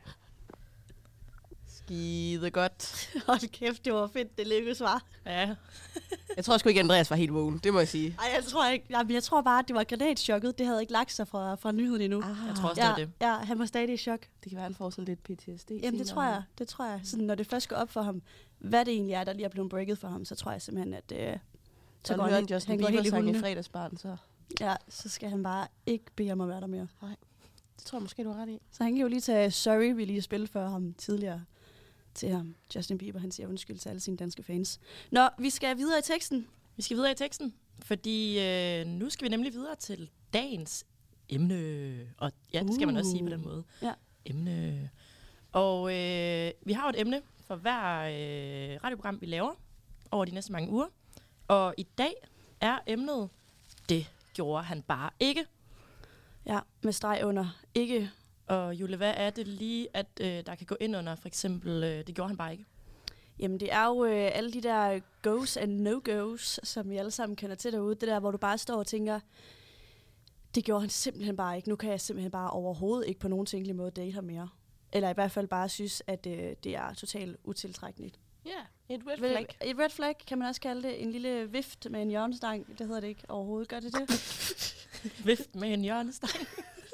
Skide godt. Hold kæft, det var fedt, det lykkedes, var. Ja. Jeg tror sgu ikke, Andreas var helt vågen. Det må jeg sige. Ej, jeg tror ikke. Jamen, jeg tror bare, at det var granatchokket. Det havde ikke lagt sig fra nyheden endnu. Jeg tror også, det var det. Ja, han var stadig i chok. Det kan være, han får sådan lidt PTSD. Jamen, det tror jeg. Sådan, når det først går op for ham, hvad det egentlig er, der lige er blevet breaket for ham, så tror jeg simpelthen, at Så går han Justin Bieber-sang i fredagsbarn, så... Ja, så skal han bare ikke bede om at være der mere. Nej, det tror jeg måske, du har ret i. Så han kan jo lige tage Sorry, vi lige spille for ham tidligere til ham. Justin Bieber, han siger undskyld til alle sine danske fans. Nå, vi skal videre i teksten. Vi skal videre i teksten, fordi nu skal vi nemlig videre til dagens emne. Og ja, det skal man også sige på den måde. Ja. Emne. Og vi har jo et emne for hver radioprogram, vi laver over de næste mange uger. Og i dag er emnet, det gjorde han bare ikke. Ja, med streg under ikke. Og Jule, hvad er det lige, at der kan gå ind under, for eksempel, det gjorde han bare ikke? Jamen, det er jo alle de der goes and no-goes, som vi alle sammen kender til derude. Det der, hvor du bare står og tænker, det gjorde han simpelthen bare ikke. Nu kan jeg simpelthen bare overhovedet ikke på nogen tænkelig måde date ham mere. Eller i hvert fald bare synes, at det er totalt utiltrækkeligt. Ja, et red flag. Et red flag kan man også kalde det. En lille vift med en hjørnestang. Det hedder det ikke overhovedet. Gør det det? Vift med en hjørnestang.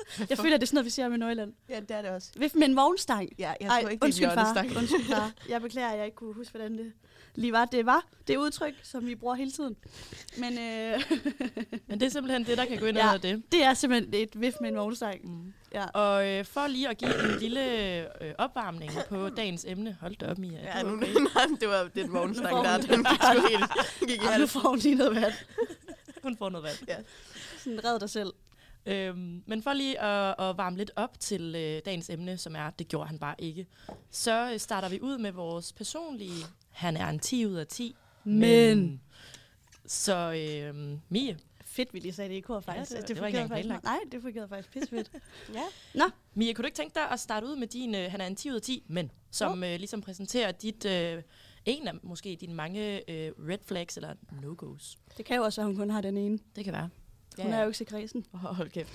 Jeg føler, det er sådan noget, vi siger med Nordjylland. Ja, det er det også. Vif med en vognstang. Ja, jeg tror ikke, det er hjørnestang. Undskyld, far. Jeg beklager, at jeg ikke kunne huske, hvordan det lige var. Det var det udtryk, som vi bruger hele tiden. Men, Men det er simpelthen det, der kan gå ind under det. Det er simpelthen et vif med en vognstang. Mm. Ja. Og for lige at give en lille opvarmning på dagens emne. Hold da op, Mia. Ja, Du er nu, okay. det var den vognstang Nu får der. hun- Den gik sgu helt. Gik i Nu halsen. får hun lige noget vand. Hun får noget vand. Ja. Sådan red dig selv. Men for lige at varme lidt op til dagens emne, som er, det gjorde han bare ikke, så starter vi ud med vores personlige, han er en 10 ud af 10. Men. Så Mie, Fedt, vi lige sagde det i kor faktisk. Ja, det det var ikke fungerede engang faktisk. Nej, det fungerede faktisk pissefedt. Ja. Mie, kunne du ikke tænke dig at starte ud med din, han er en 10 ud af 10, men som ligesom præsenterer dit, en af måske dine mange red flags eller no-go's. Det kan jo også, at hun kun har den ene. Det kan være. Hun er jo ikke så kredsen. Hold kæft.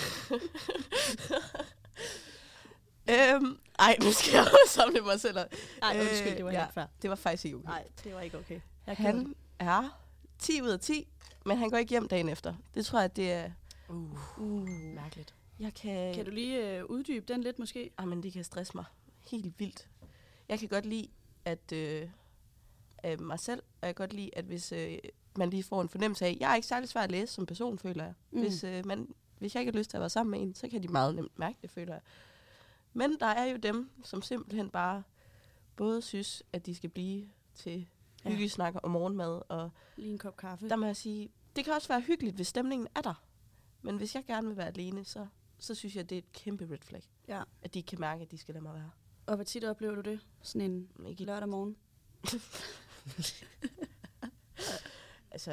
Ej, nu skal jeg jo samle mig selv. Nej, undskyld, det var helt fair. Det var faktisk ikke okay. Nej, det var ikke okay. Han er 10 ud af 10, men han går ikke hjem dagen efter. Det tror jeg, det er... Mærkeligt. Jeg kan... Kan du lige uddybe den lidt måske? Men det kan stresse mig helt vildt. Jeg kan godt lide, at mig selv, og jeg kan godt lide, at hvis man lige får en fornemmelse af, jeg er ikke særlig svær at læse som person, føler jeg. Mm. Hvis jeg ikke har lyst til at være sammen med en, så kan de meget nemt mærke det, føler jeg. Men der er jo dem, som simpelthen bare både synes, at de skal blive til hyggesnakker og morgenmad. Og Lige en kop kaffe. der må jeg sige, det kan også være hyggeligt, hvis stemningen er der. Men hvis jeg gerne vil være alene, så synes jeg, det er et kæmpe red flag. Ja. At de kan mærke, at de skal lade mig være. Og hvor tit oplever du det? Sådan en Ikke lørdag morgen? Altså,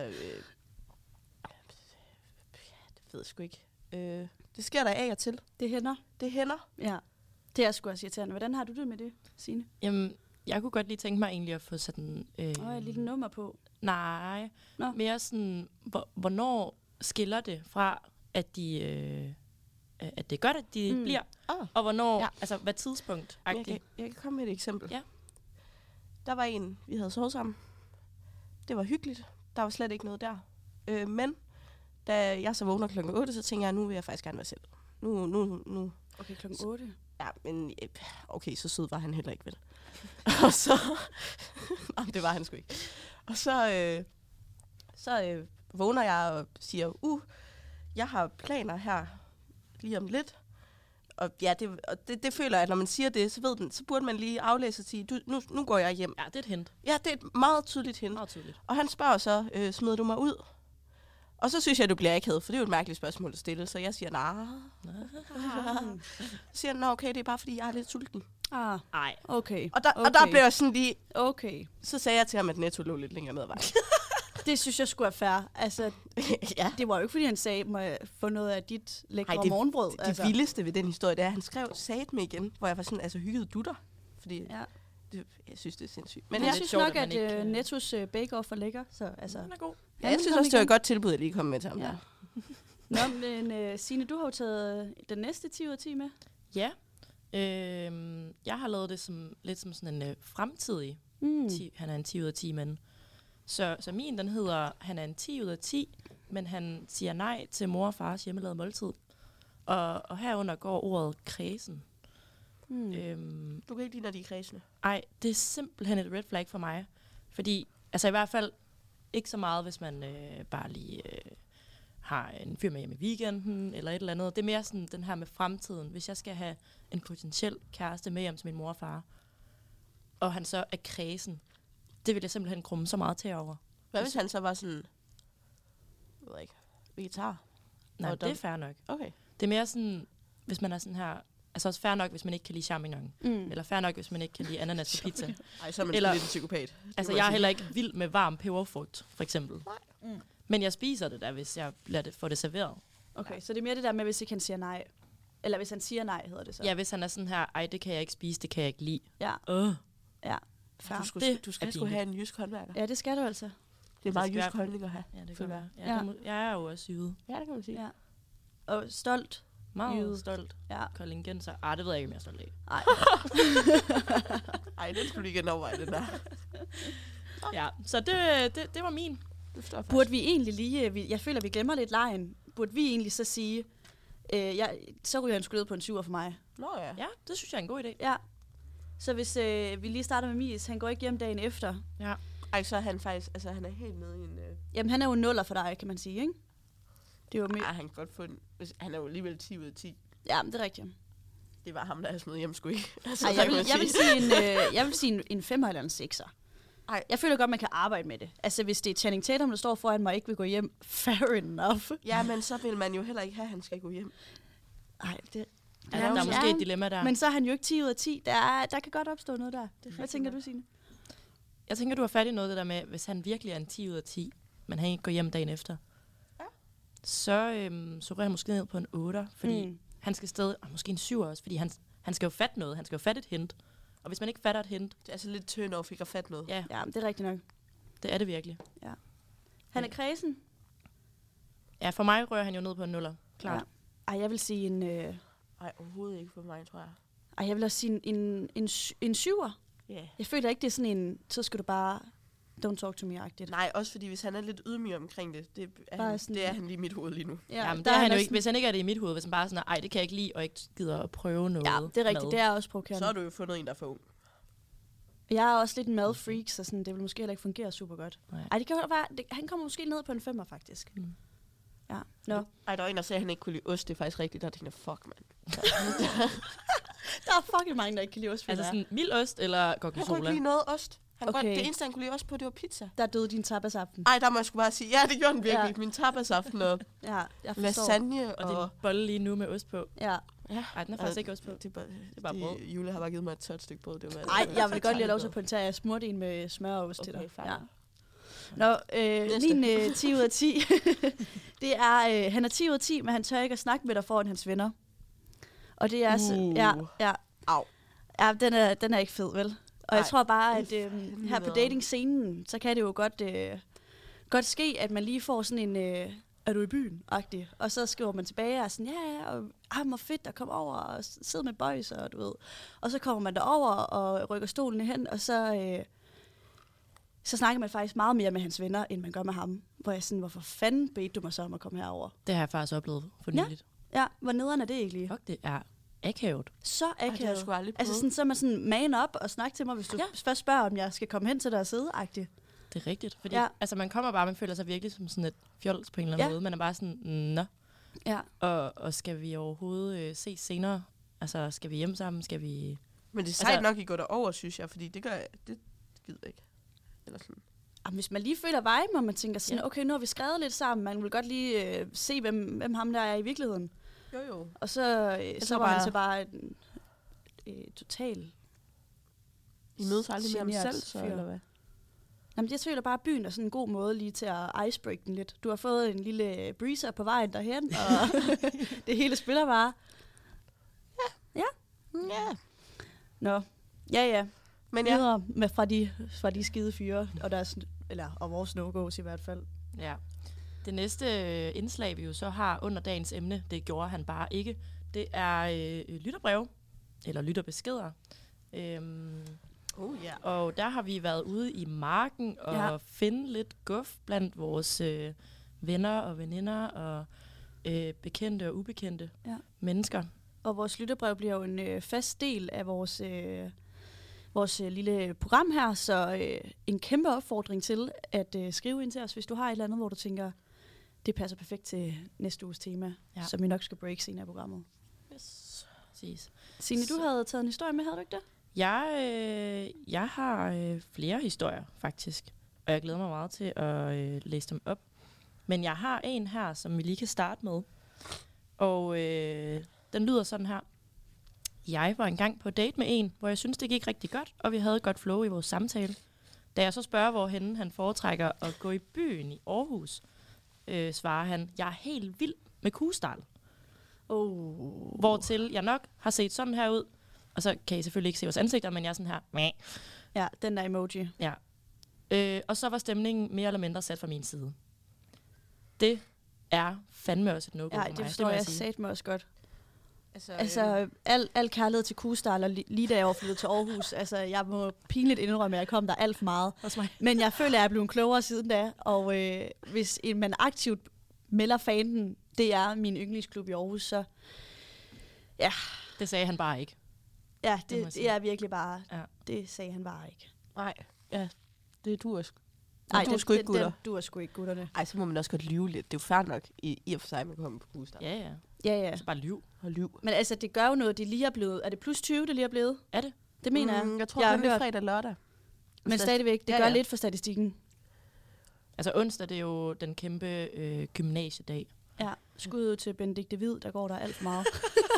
det ved jeg sgu ikke. Det sker der af og til. Det hænder. Det hænder. Ja. Det er sgu også irriterende. Hvordan har du det med det, Signe? Jamen, jeg kunne godt lige tænke mig egentlig at få sådan... Et lille nummer på. Nej, Nå. mere sådan, hvornår skiller det fra, at de... at det er godt, at de bliver, og hvornår, altså hvad tidspunkt? Jeg kan komme med et eksempel. Ja. Der var en, vi havde sovet sammen. Det var hyggeligt. Der var slet ikke noget der. Men da jeg så vågner klokken 8, så tænker jeg, nu vil jeg faktisk gerne være selv. Nu. Okay, klokken 8. Ja, men okay, så sød var han heller ikke, vel? Og så... Jamen, det var han sgu ikke. Og så vågner jeg og siger, jeg har planer her lige om lidt. Og ja, det føler jeg, at når man siger det, så burde man lige aflæse og sige, nu går jeg hjem. Ja, det er et hint. Ja, det er et meget tydeligt hint. Meget tydeligt. Og han spørger så, smider du mig ud? Og så synes jeg, du bliver akavet, for det er jo et mærkeligt spørgsmål at stille. Så jeg siger, nej. Så siger han, okay, det er bare fordi, jeg er lidt sulten. Nej. Okay. Og der blev jeg sådan lige... Okay. Så sagde jeg til ham, at Netto lå lidt længere ned ad vejen. Det synes jeg skulle være fair. Altså, Ja. det var jo ikke, fordi han sagde, må jeg få noget af dit lækre morgenbrød. Det vildeste ved den historie, det er, at han skrev satme igen, hvor jeg var sådan, altså hyggede du dig? Fordi jeg synes, det er sindssygt. Men Men jeg lidt synes sjovt, nok, at man at ikke- Nettos bake-off er lækker. Så, altså, Den er god. jeg synes også, det var et godt tilbud, at lige kom med til ham der. Nå, men Signe, du har jo taget den næste 10 ud af 10 med. Ja. Jeg har lavet det som, lidt som sådan en fremtidig, han er en 10 ud af 10 mand. Så min, den hedder, han er en 10 ud af 10, men han siger nej til mor og fars hjemmelavede måltid. Og herunder går ordet kredsen. Du kan ikke lide, når de er kredsende. Ej, det er simpelthen et red flag for mig. Fordi, altså i hvert fald, ikke så meget, hvis man bare lige har en fyr med hjem i weekenden, eller et eller andet. Det er mere sådan den her med fremtiden. Hvis jeg skal have en potentiel kæreste med hjem til min mor og far, og han så er kredsen, det vil jeg simpelthen krumme så meget til over. Hvad hvis han så var sådan, jeg ved ikke, vegetar? Nej, Og det er fair nok. Okay. Det er mere sådan, hvis man er sådan her, altså også fair nok, hvis man ikke kan lide champignon. Eller fair nok, hvis man ikke kan lide ananas på pizza. Ej, så er man Eller- lidt en psykopat. Altså, jeg er heller ikke vild med varm peberfrugt, for eksempel. Men jeg spiser det der, hvis jeg får det serveret. Okay, så det er mere det der med, hvis ikke han siger nej. Eller hvis han siger nej, hedder det så. Ja, hvis han er sådan her, ej, det kan jeg ikke spise, det kan jeg ikke lide. Ja. Ja, Fair. Du skal er sgu pinligt. have en jysk håndværker. Ja, det skal du altså. Det er meget skal jysk være- holdning at have. det kan føler være. jeg. Ja, jeg er jo også jyde. Ja, det kan man sige. Ja. Og stolt. Meget Jyde. stolt. Ja. Koldingenser. Det ved jeg ikke, om jeg er stolt af. Ej. Ej, det skulle du ikke overveje, den der. Ja, så det var min. Det forstår jeg Burde vi egentlig lige, jeg føler, vi glemmer lidt lejen. Burde vi egentlig så sige, Så ryger han sgu ned på en 7'er for mig. Nå ja. Ja, det synes jeg er en god idé. Ja. Så hvis vi lige starter med Mies, han går ikke hjem dagen efter. Ja. Ej, så er han faktisk, altså han er helt nede i en... Jamen, han er jo nuller for dig, kan man sige, ikke? Det er jo Ej, han kan godt få en... Han er jo alligevel 10 ud af 10. Ja, det er rigtigt. Det var ham, der er smidt hjem, sgu ikke. Altså, Ej, jeg vil sige en 5'er eller en 6'er. Ej. Jeg føler godt, man kan arbejde med det. Altså, hvis det er Channing Tatum, der står foran mig og ikke vil gå hjem, fair enough. Ja, men så vil man jo heller ikke have, at han skal gå hjem. Ej, det... Ja, der er måske et dilemma der. Men så er han jo ikke 10 ud af 10. Der kan godt opstå noget der. Hvad tænker du, Signe? Jeg tænker, du har fat i noget det der med, hvis han virkelig er en 10 ud af 10, men han ikke går hjem dagen efter, så ryger han måske ned på en 8'er, fordi han skal stadig, og måske en 7'er også, fordi han skal jo fatte noget. Han skal jo fatte et hint. Og hvis man ikke fatter et hint... Det er altså lidt turn off, ikke at fatte noget. Ja, det er rigtigt nok. det er det virkelig. Ja. Han er kredsen. Ja, for mig rører han jo ned på en 0'er. Klart. Ja. Ej, jeg vil sige en... Nej, overhovedet ikke for mig, tror jeg. Ej, jeg vil også sige en 7'er. Yeah. Jeg føler ikke, det er sådan en... Så skal du bare... Don't talk to me-agtigt. Nej, også fordi hvis han er lidt ydmyg omkring det, det er han lige i mit hoved lige nu. Ja, men det er han jo ikke. Hvis han ikke er det i mit hoved, hvis han bare er sådan, ej, det kan jeg ikke lide, og ikke gider at prøve noget. Ja, det er rigtigt. mad. Det er også provokerende. Så har du jo fundet en, der er for ung. Jeg er også lidt en madfreak, så sådan, det vil måske heller ikke fungere super godt. Ej, det kan jo være... han kommer måske ned på en 5'er, faktisk. Ja. No. Ej, der var en, der sagde, at han ikke kunne lide ost. Det er faktisk rigtigt. Der tænkte jeg, fuck, mand. Der er fucking mange, der ikke kan lide ost. Altså sådan mild ost eller Han kunne gorgonzola? ikke lide noget ost. Okay. Det eneste, han kunne lide ost på, det var pizza. Der døde din tapasaften. Ej, der må jeg sgu bare sige, ja, det gjorde den virkelig. Ja. Min tapasaften og Ja, jeg forstår. lasagne Og din bolle lige nu med ost på. Ja. Ej, den er faktisk ikke ost på. Det er bare brød. Jule har bare givet mig et tørt stykke brød. Det var Ej, jeg vil godt lige have lov til at pointere, at jeg smurte en med smør og ost til dig. fair. Ja. Nå, min 10 ud af 10, det er, han er 10 ud af 10, men han tør ikke at snakke med dig foran hans venner. Og det er, Au. Ja, den er ikke fed, vel? Og jeg tror bare, at her på dating-scenen, så kan det jo godt ske, at man lige får sådan en, er du i byen-agtig? Og så skriver man tilbage og sådan, ja, og hvor fedt at komme over og sidde med boys, og du ved. Og så kommer man derover og rykker stolen hen, og så snakker man faktisk meget mere med hans venner, end man gør med ham. Hvor jeg sådan, hvorfor fanden bedte du mig så om at komme herover? Det har jeg faktisk oplevet for nyligt. Ja, hvor nederen er det egentlig? Fuck, det er akavet. Så det har jeg akavet. sgu aldrig prøvet. Altså sådan, så er man sådan, man op og snak til mig, hvis du først spørger, om jeg skal komme hen til dig og sidde-agtigt. Det er rigtigt, fordi altså, man kommer bare, man føler sig virkelig som sådan et fjols på en eller anden måde. Man er bare sådan, nå. Ja. Og skal vi overhovedet ses senere? Altså, skal vi hjem sammen? Skal vi... Men det er sejt nok, I går derover, synes jeg, fordi det gør jeg, det gider jeg ikke. Eller sådan. Hvis man lige føler vibe, og man tænker sådan, okay, nu har vi skrevet lidt sammen, man vil godt lige se, hvem ham der er i virkeligheden. Jo. Og så var han så bare total... I mødes aldrig med ham genert selv, så, fyr. eller hvad? Jamen, jeg føler bare, at byen er sådan en god måde lige til at icebreak den lidt. Du har fået en lille breezer på vejen derhen, og det hele spiller bare. Ja. Nå, ja. Men videre med fra de skide fyre, og deres, og vores no-go's i hvert fald. Ja. Det næste indslag, vi jo så har under dagens emne, det gjorde han bare ikke, det er lytterbrev, eller lytterbeskeder. Og der har vi været ude i marken og finde lidt guf blandt vores venner og veninder og bekendte og ubekendte mennesker. Og vores lytterbrev bliver jo en fast del af vores lille program her, så en kæmpe opfordring til at skrive ind til os, hvis du har et eller andet, hvor du tænker, det passer perfekt til næste uges tema, som vi nok skal break senere i programmet. Yes. Præcis. Signe, du havde taget en historie med, havde du ikke det? Jeg har flere historier, faktisk. Og jeg glæder mig meget til at læse dem op. Men jeg har en her, som vi lige kan starte med. Og den lyder sådan her. Jeg var engang på date med en, hvor jeg synes det gik rigtig godt, og vi havde et godt flow i vores samtale. Da jeg så spørger, hvorhenne han foretrækker at gå i byen i Aarhus, svarer han, jeg er helt vild med Kuesdal. Hvortil jeg nok har set sådan her ud. Og så kan I selvfølgelig ikke se vores ansigter, men jeg er sådan her. Mæh. Ja, den der emoji. Ja. Og så var stemningen mere eller mindre sat fra min side. Det er fandme også et no-go for mig. Ja, det forstår jeg satme også godt. Altså al kærlighed til Kuesdal, og lige da jeg var flyttet til Aarhus, altså jeg må pinligt indrømme, at jeg kom der alt for meget. Men jeg føler, at jeg er blevet klogere siden da, og hvis man aktivt melder fanden det er min yndlingsklub i Aarhus, så ja. Det sagde han bare ikke. Ja, Det må jeg det sige. er virkelig bare, Ja. det sagde han bare ikke. Nej, ja, det duer sgu. Nej, Nej, du er sgu ikke gutter. Du er sgu ikke gutterne. Ej, så må man også godt lyve lidt. Det er jo fair nok i og for sig, at man kommer på Kugestarl. Ja, ja. Ja, ja. Så bare lyv. Og lyv. Men altså, det gør jo noget, det lige er blevet. Er det plus 20, det lige er blevet? Er det? Det mener jeg. Jeg tror, Jeg har det er hørt. fredag og lørdag. Men stadigvæk, det Ja, gør ja. lidt for statistikken. Altså onsdag, det er jo den kæmpe gymnasiedag. Ja, skud ud til Benedikte Hvid, der går der alt for meget.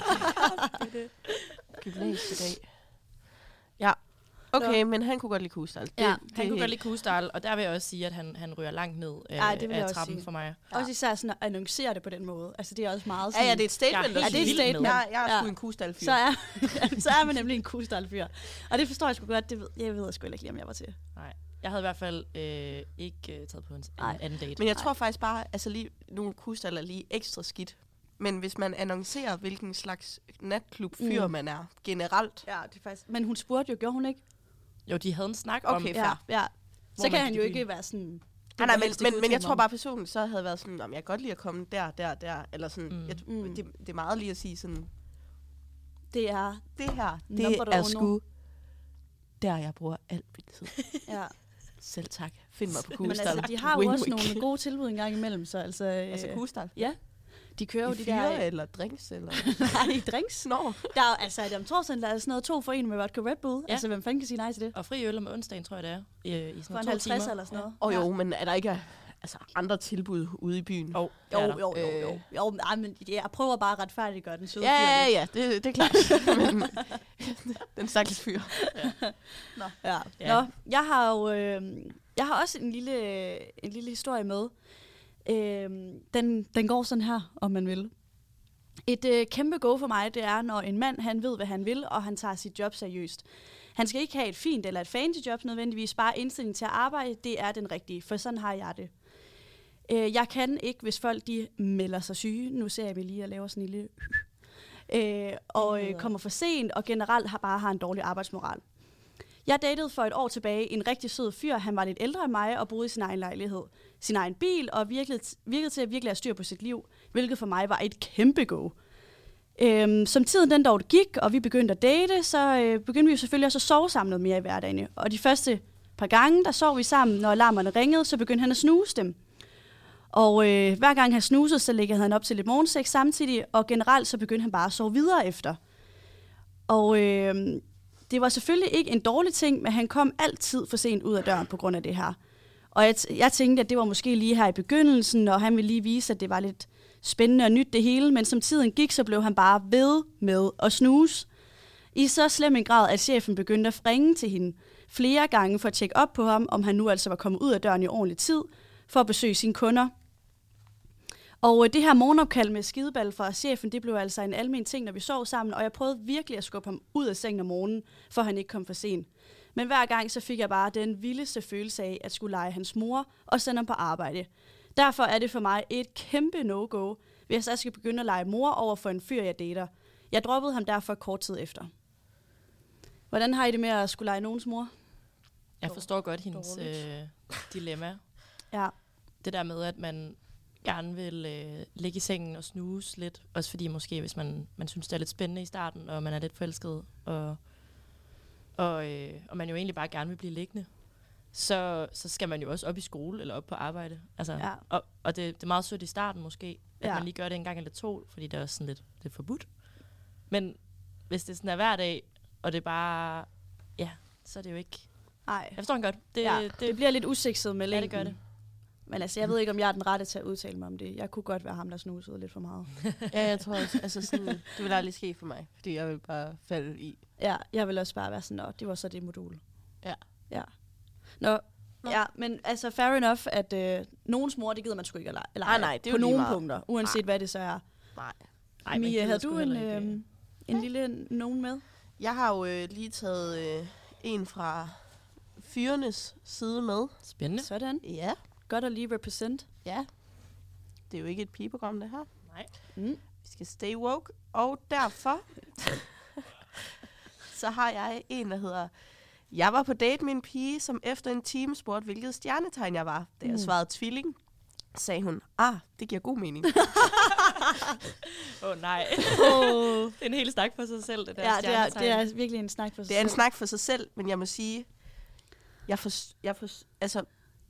Gymnasiedag. Ja. Okay, men han kunne godt lide Kugestarl. Ja, Han kunne godt lide Kugestarl, og der vil jeg også sige, at han ryger langt ned Ej, det vil jeg af også trappen sige. for mig. Også især sådan at annoncere det på den måde. Altså, det er også meget Ja, sådan... ja, det er et statement. Jeg er også. helt det er et vild med. statement. Jeg er Ja. sgu en Kugestarl-fyr. så er man nemlig en Kugestarl-fyr. Og det forstår jeg sgu godt. Jeg ved sgu ikke lige, om jeg var til. Nej. Jeg havde i hvert fald ikke taget på en Nej. anden date. Men jeg tror faktisk bare, altså lige nogle Kugestarl er lige ekstra skidt. Men hvis man annoncerer, hvilken slags natklubfyr man er generelt. Ja, det er faktisk... Men hun spurgte jo, gjorde hun ikke? Jo, de havde en snak om, Okay, Ja, fair. ja. Så man kan han gik jo i ikke byen. være sådan... Nej, helst men ikke jeg udtale tror mig bare, personen så havde været sådan, jeg kan godt lide at komme der, eller sådan. Mm. Det er meget lige at sige sådan, Det er... det her, Number det er uno. sgu der, jeg bruger alt min tid. Ja. Selv tak. Find mig på Men Kugestarl. altså, de har jo Wink, også wink. nogle gode tilbud en gang imellem, så altså... Altså Kugestarl? Ja. De kører jo I de fyre der... eller drinks? Eller? Nej, drinks. Nå. Der er jo, altså, om torsdagen, der er sådan noget 2 for 1 med vodka Red Bull. Ja. Altså, hvem fanden kan sige nej til det? Og fri øl om onsdagen, tror jeg det er. I For sådan en 2 50 timer. eller sådan noget. Og jo, men er der ikke andre tilbud ude i byen? Jo, Jo, nej, men jeg prøver bare at retfærdiggøre den søde fyr Ja, lidt. det er klart. Men, den stakkels fyr. Ja. Ja. Nå, jeg har også en lille historie med. Den går sådan her, om man vil. Et kæmpe go for mig, det er, når en mand, han ved, hvad han vil, og han tager sit job seriøst. Han skal ikke have et fint eller et fancy job nødvendigvis, bare indstilling til at arbejde, det er den rigtige, for sådan har jeg det. Jeg kan ikke, hvis folk de melder sig syge, nu ser jeg mig lige og laver sådan en lille... kommer for sent, og generelt har en dårlig arbejdsmoral. Jeg datede for et år tilbage en rigtig sød fyr. Han var lidt ældre end mig og boede i sin egen lejlighed, sin egen bil, og virkede til at virkelig have styr på sit liv, hvilket for mig var et kæmpe go. Som tiden den dog gik, og vi begyndte at date, så begyndte vi jo selvfølgelig også at sove sammen noget mere i hverdagen. Og de første par gange, der sov vi sammen, når alarmerne ringede, så begyndte han at snuse dem. Og hver gang han snusede, så læggede han op til lidt morgensex samtidig, og generelt så begyndte han bare at sove videre efter. Og det var selvfølgelig ikke en dårlig ting, men han kom altid for sent ud af døren på grund af det her. Og jeg tænkte, at det var måske lige her i begyndelsen, og han ville lige vise, at det var lidt spændende og nyt det hele, men som tiden gik, så blev han bare ved med at snuse. I så slem en grad, at chefen begyndte at ringe til hende flere gange for at tjekke op på ham, om han nu altså var kommet ud af døren i ordentlig tid, for at besøge sine kunder. Og det her morgenopkald med skideball fra chefen, det blev altså en almen ting, når vi sov sammen, og jeg prøvede virkelig at skubbe ham ud af sengen om morgenen, for han ikke kom for sent. Men hver gang så fik jeg bare den vildeste følelse af, at skulle lege hans mor og sende ham på arbejde. Derfor er det for mig et kæmpe no-go, hvis jeg skal begynde at lege mor over for en fyr, jeg dater. Jeg droppede ham derfor kort tid efter. Hvordan har I det med at skulle lege nogens mor? Jeg forstår godt hendes dilemma. Ja. Det der med, at man gerne vil ligge i sengen og snuse lidt. Også fordi måske, hvis man synes, det er lidt spændende i starten, og man er lidt forelsket, og man jo egentlig bare gerne vil blive liggende, så skal man jo også op i skole eller op på arbejde. Altså, Ja. og det er meget sødt i starten måske, at Ja. man lige gør det en gang eller to, fordi det er også sådan lidt forbudt. Men hvis det sådan er hver dag, og det er bare, ja, så er det jo ikke... Nej. Jeg forstår den godt. Det bliver lidt usikset med Ja, længden. det gør det. Men altså, jeg ved ikke, om jeg er den rette til at udtale mig om det. Jeg kunne godt være ham, der snusede lidt for meget. Ja, jeg tror også, altså sådan, det vil aldrig ske for mig, fordi jeg vil bare falde i. Ja, jeg vil også bare være sådan, det var så det modul. Ja. Ja. Nå. Ja, men altså fair enough, at nogens mor, det gider man sgu ikke at lege. Nej, det er på jo lige nogle meget. punkter, uanset hvad det så er. Nej. Ej, Mia, gider havde sgu du heller en lille nogen med? Jeg har jo lige taget en fra fyrenes side med. Spændende. Sådan. Ja. Godt at lige represent. Ja. Det er jo ikke et pigeprogram, det her. Nej. Mm. Vi skal stay woke, og derfor så har jeg en, der hedder: Jeg var på date med en pige, som efter en time spurgte, hvilket stjernetegn jeg var. Da jeg svarede tvilling, sagde hun, det giver god mening. Nej. Det er en hel snak for sig selv, det der stjernetegn. det er virkelig en snak for sig selv. Det er en snak for sig selv, men jeg må sige, altså,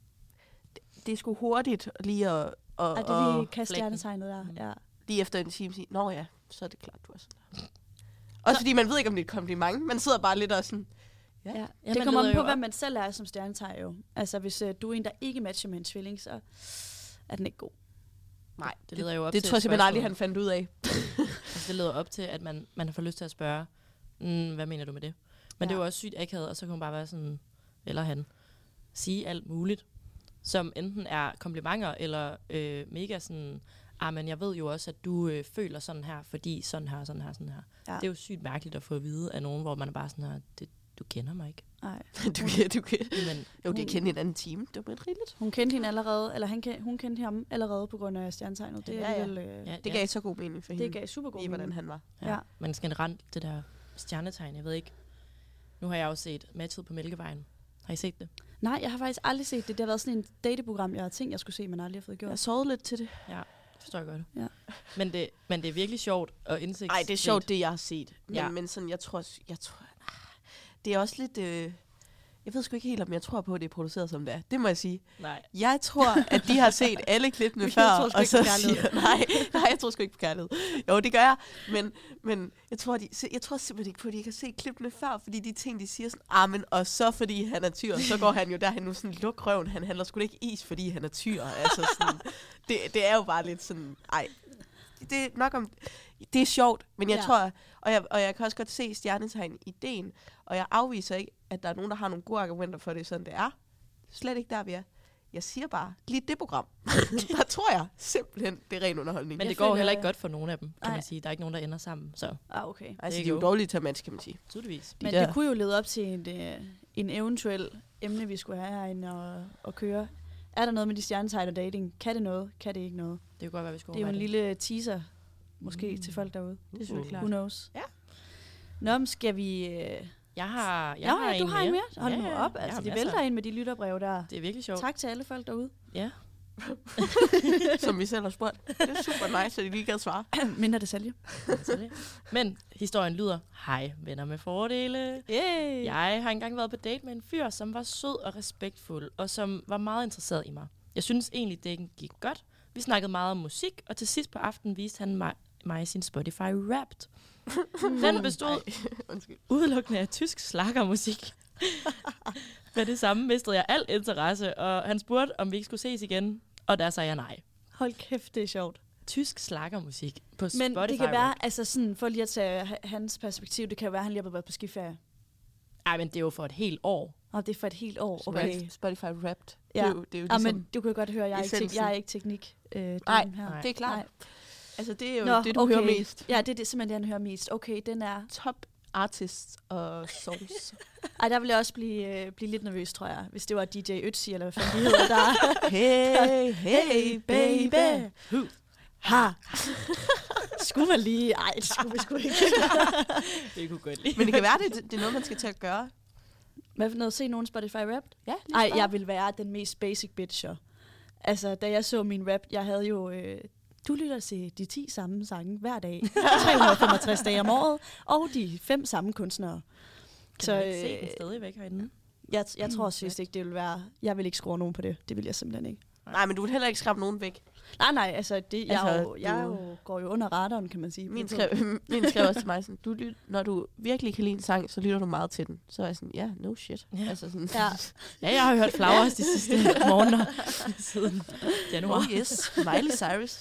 det er sgu hurtigt lige at det er lige kaste stjernetegnet der, ja. Lige efter en time sige, nå ja, så er det klart, du er sådan her. Også fordi man ved ikke, om det er et kompliment. Man sidder bare lidt og sådan... Ja. Det kommer an på, hvad man selv er som stjernetegn jo. Altså, hvis du er en, der ikke matcher med en tvilling, så er den ikke god. Nej, det leder jo op det til tror jeg simpelthen aldrig, han fandt ud af. Det leder op til, at man har fået lyst til at spørge, hvad mener du med det? Men det er jo også sygt akavet, og så kan man bare være sådan, eller han, sige alt muligt, som enten er komplimenter, eller mega sådan... men jeg ved jo også, at du føler sådan her, fordi sådan her, sådan her, sådan her. Ja. Det er jo sygt mærkeligt at få at vide af nogen, hvor man er bare sådan her, du kender mig ikke. Nej. du kan. Men, jo, de kendte en anden time. Det var lidt rigeligt. Hun kendte hende allerede, eller hun kendte ham allerede på grund af stjernetegnet. Det det gav så god mening for hende. Det gav super god mening. Hvordan han var. Ja. Men generelt, det der stjernetegn, jeg ved ikke. Nu har jeg jo set Matchet på Mælkevejen. Har I set det? Nej, jeg har faktisk aldrig set det. Det har været sådan en dateprogram, jeg har tænkt, jeg skulle se, men aldrig har fået gjort. Jeg sovede lidt til det. Ja. Forstår jeg godt. Ja. Men det er virkelig sjovt og indsigtsrigt. Nej, det er sjovt, det jeg har set. Men sådan, jeg tror, det er også lidt... jeg ved sgu ikke helt, om jeg tror på, at det er produceret som det er. Det må jeg sige. Nej. Jeg tror, at de har set alle klippene før, og så siger... Nej, jeg tror sgu ikke på kærlighed. Jo, det gør jeg. Men jeg tror simpelthen ikke på, at de ikke har set klippene før, fordi de ting, de siger sådan, men og så fordi han er tyr, så går han jo derhen nu sådan, luk røven, han handler sgu ikke is, fordi han er tyr. Altså sådan, det er jo bare lidt sådan, det er nok om... Det er sjovt, men jeg tror, og jeg kan også godt se stjernetegn-ideen, og jeg afviser ikke, at der er nogen, der har nogle gode argumenter for det, sådan det er. Slet ikke der, vi er. Jeg siger bare, lige det program, der tror jeg simpelthen, det er ren underholdning. Men det går heller ikke godt for nogen af dem, kan man sige. Der er ikke nogen, der ender sammen. Så. Okay. Altså, de er jo dårlige til at matche, kan man sige. Tydeligvis. Men det kunne jo lede op til en eventuel emne, vi skulle have herinde og køre. Er der noget med de stjernetegn og dating? Kan det noget? Kan det ikke noget? Det kunne godt være, vi skulle. Det er jo en lille teaser, måske til folk derude. Det er selvfølgelig klart. Who knows? Ja. Nå, men skal vi... Jeg har du har en mere. Hold nu op. Altså, de vælter ind med de lytterbrev der. Det er virkelig sjovt. Tak til alle folk derude. Ja. Som vi selv har spurgt. Det er super nice, at de lige kan svare. Mindre detalje. Men historien lyder, hej venner med fordele. Yay. Jeg har engang været på date med en fyr, som var sød og respektfuld, og som var meget interesseret i mig. Jeg synes egentlig, det gik godt. Vi snakkede meget om musik, og til sidst på aftenen viste han mig sin Spotify Wrapped. Den bestod udelukkende af tysk slaggermusik. Med det samme mistede jeg al interesse, og han spurgte, om vi ikke skulle ses igen, og der sagde jeg nej. Hold kæft, det er sjovt. Tysk slaggermusik på Spotify. Men det kan være, altså sådan, for lige at tage hans perspektiv, det kan jo være, at han lige har været på skiferie. Nej, men det er jo for et helt år. Og det er for et helt år, okay. Spotify Wrapped. Ja, det er jo ligesom men du kan godt høre, jeg er ikke teknik. Nej, her. det er klart. Nej. Altså, det er jo det, du hører mest. Ja, det er simpelthen det, han hører mest. Okay, den er... Top artists og songs. Ej, der ville jeg også blive lidt nervøs, tror jeg, hvis det var DJ Ötzi, eller hvad fanden de hedder der. Hey, baby. Ha. Skulle man lige... Ej, det skulle vi sgu ikke. Det kunne godt lide. Men det kan være, det er noget, man skal til at gøre. Hvad for noget? Se nogen Spotify Wrapped? Ja. Ej, jeg vil være den mest basic bitcher. Altså, da jeg så min rap, jeg havde jo... du lytter til de 10 samme sange hver dag. 365 dage om året. Og de 5 samme kunstnere. Kan du ikke se den stadigvæk herinde? Jeg tror synes ikke, det vil være... Jeg vil ikke skrue nogen på det. Det vil jeg simpelthen ikke. Nej, men du vil heller ikke skræmme nogen væk. Nej, altså, jeg går jo under radaren, kan man sige. Min skrev også til mig sådan, når du virkelig kan lide en sang, så lytter du meget til den. Så er jeg sådan, ja, no shit. Ja. Altså sådan. Ja, jeg har hørt Flowers de sidste morgener siden januar. Oh yes, Miley Cyrus.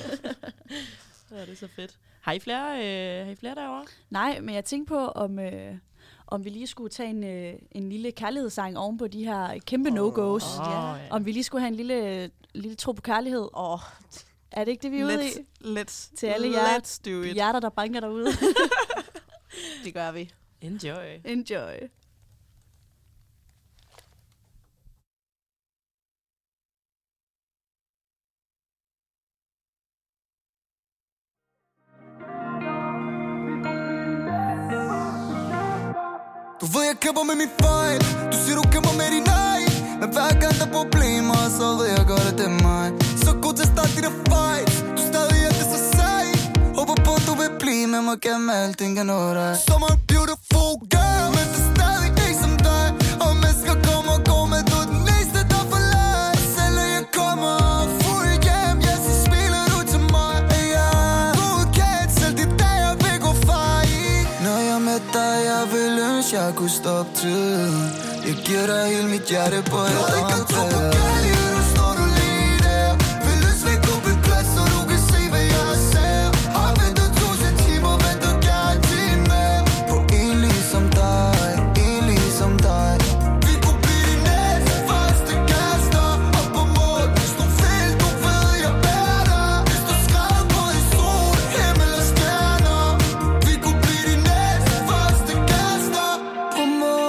Ja, det er så fedt. Har I flere derovre? Nej, men jeg tænkte på, om vi lige skulle tage en lille kærlighedssang oven på de her kæmpe no-go's. Ja. Om vi lige skulle have en lille tro på kærlighed. Er det ikke det, vi er ude i? Til alle hjerter, der banker derude. Det gør vi. Enjoy. Du ved, jeg kæmper med min fejl. Du siger, du kæmper med din nej. Men hver gang der er problemer, så ved jeg godt, at det er mig. Så god til at starte de der fights. Du stadig er det så sej. Håber på du vil blive med mig gennem alt, den kan nå dig. Som en beautiful girl, men det er stadig ikke som dig. Og mennesker kommer og går, men du er den næste der forlader. Og selvom jeg kommer fuld hjem, ja så smiler du til mig. Du er kendt, selv de dage jeg vil gå far i. Når jeg er med dig, jeg vil ønske jeg kunne stoppe tiden. Jeg giver dig hele mit hjerte på et håndtag. Du står du lige der. Vil ønske vi kunne bytte plads, så du kan se hvad jeg ser. Har ventet 1000 timer, venter gerne til med. På en ligesom dig, en ligesom dig. Vi kunne blive de næste første kærester. Op på mål, hvis du vil, du ved jeg er der. Hvis du skrev på en sol, himmel og stjerner. Vi kunne blive de næste første kærester. På mål.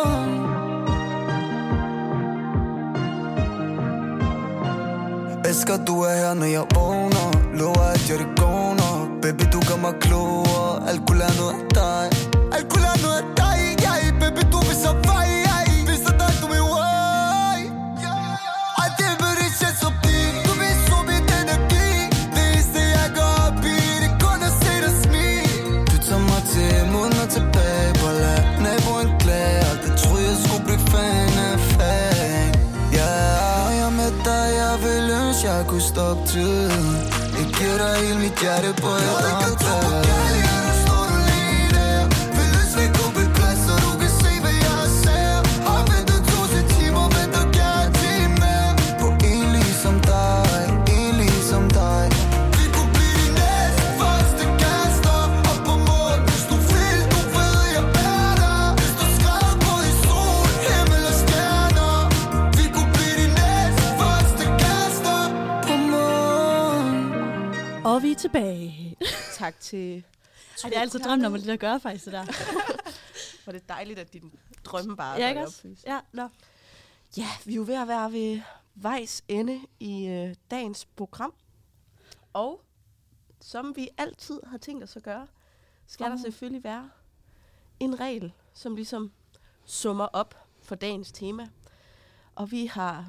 Elsker du er her, når jeg vågner. Lover at jeg det går nok. Baby du gør mig klogere. Alt kunne lære noget af dig. Alt kunne lære noget af dig. Baby du vil så vej. Viser dig du er way. Ej det vil det känns så dyrt. Du vil så mit energi. Det eneste jeg går op i, det kun at se dig smil. Du tager mig til mod mig tilbage på land. Naboen klager. Aldrig troede jeg skulle blive fan af fan. Når jeg er med dig, jeg vil ønske jeg kunne stoppe tiden. Jeg giver dig hele mit hjerte på et håndtag. Du står du lige der. Vil ønske vi kunne bytte plads, så du kan se hvad jeg ser. Har ventet 1000 timer, venter gerne til mere. På en ligesom dig, en ligesom dig. Vi kunne blive de næste første kærester. Op på mål, hvis du vil, du ved jeg er der. Hvis du skrev på en sol, himmel og stjerner. Vi kunne blive de næste første kærester. På mål. Og vi er tilbage. Tak til... Ej, det er altid drømt om at det der gøre faktisk det der. Hvor det er dejligt, at din drømme bare Ja, er ikke også? Ja, nå. Ja, vi er jo ved at være ved vejs ende i dagens program. Og som vi altid har tænkt os at gøre, skal der selvfølgelig være en regel, som ligesom summer op for dagens tema. Og vi har